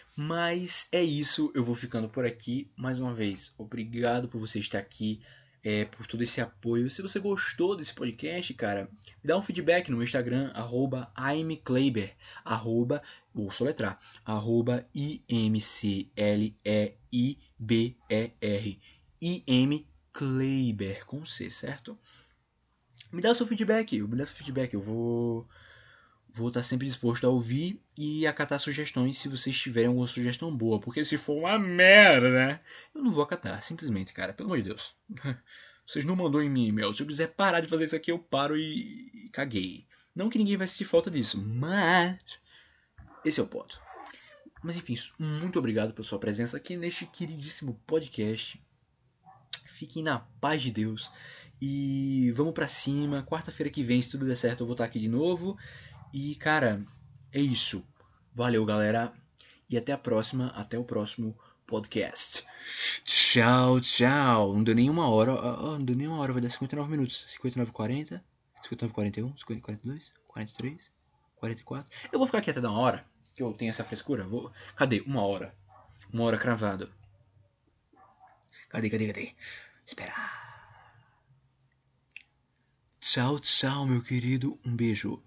Mas é isso, eu vou ficando por aqui. Mais uma vez, obrigado por você estar aqui, é, por todo esse apoio. Se você gostou desse podcast, cara, me dá um feedback no meu Instagram, arroba imcleiber, arroba, vou soletrar, arroba I M C L E I B E R, I M Kleiber, com C, certo? Me dá o seu feedback, me dá o seu feedback, eu vou vou estar sempre disposto a ouvir e acatar sugestões se vocês tiverem alguma sugestão boa, porque se for uma merda, né, eu não vou acatar, simplesmente, cara, pelo amor de Deus. Vocês não mandou em mim e-mail, se eu quiser parar de fazer isso aqui, eu paro e, e caguei. Não que ninguém vai sentir falta disso, mas esse é o ponto. Mas enfim, muito obrigado pela sua presença aqui neste queridíssimo podcast. Fiquem na paz de Deus. E vamos pra cima. Quarta-feira que vem, se tudo der certo, eu vou estar aqui de novo. E, cara, é isso. Valeu, galera. E até a próxima. Até o próximo podcast. Tchau, tchau. Não deu nem uma hora. Oh, não deu nem uma hora. Vai dar cinquenta e nove minutos. cinquenta e nove e quarenta. cinquenta e nove e quarenta e um. cinquenta e quarenta e dois. quarenta e três, quarenta e quatro. Eu vou ficar aqui até dar uma hora, que eu tenho essa frescura. Vou... Cadê? Uma hora. Uma hora cravado. Cadê, cadê, cadê? Espera. Tchau, tchau, meu querido. Um beijo.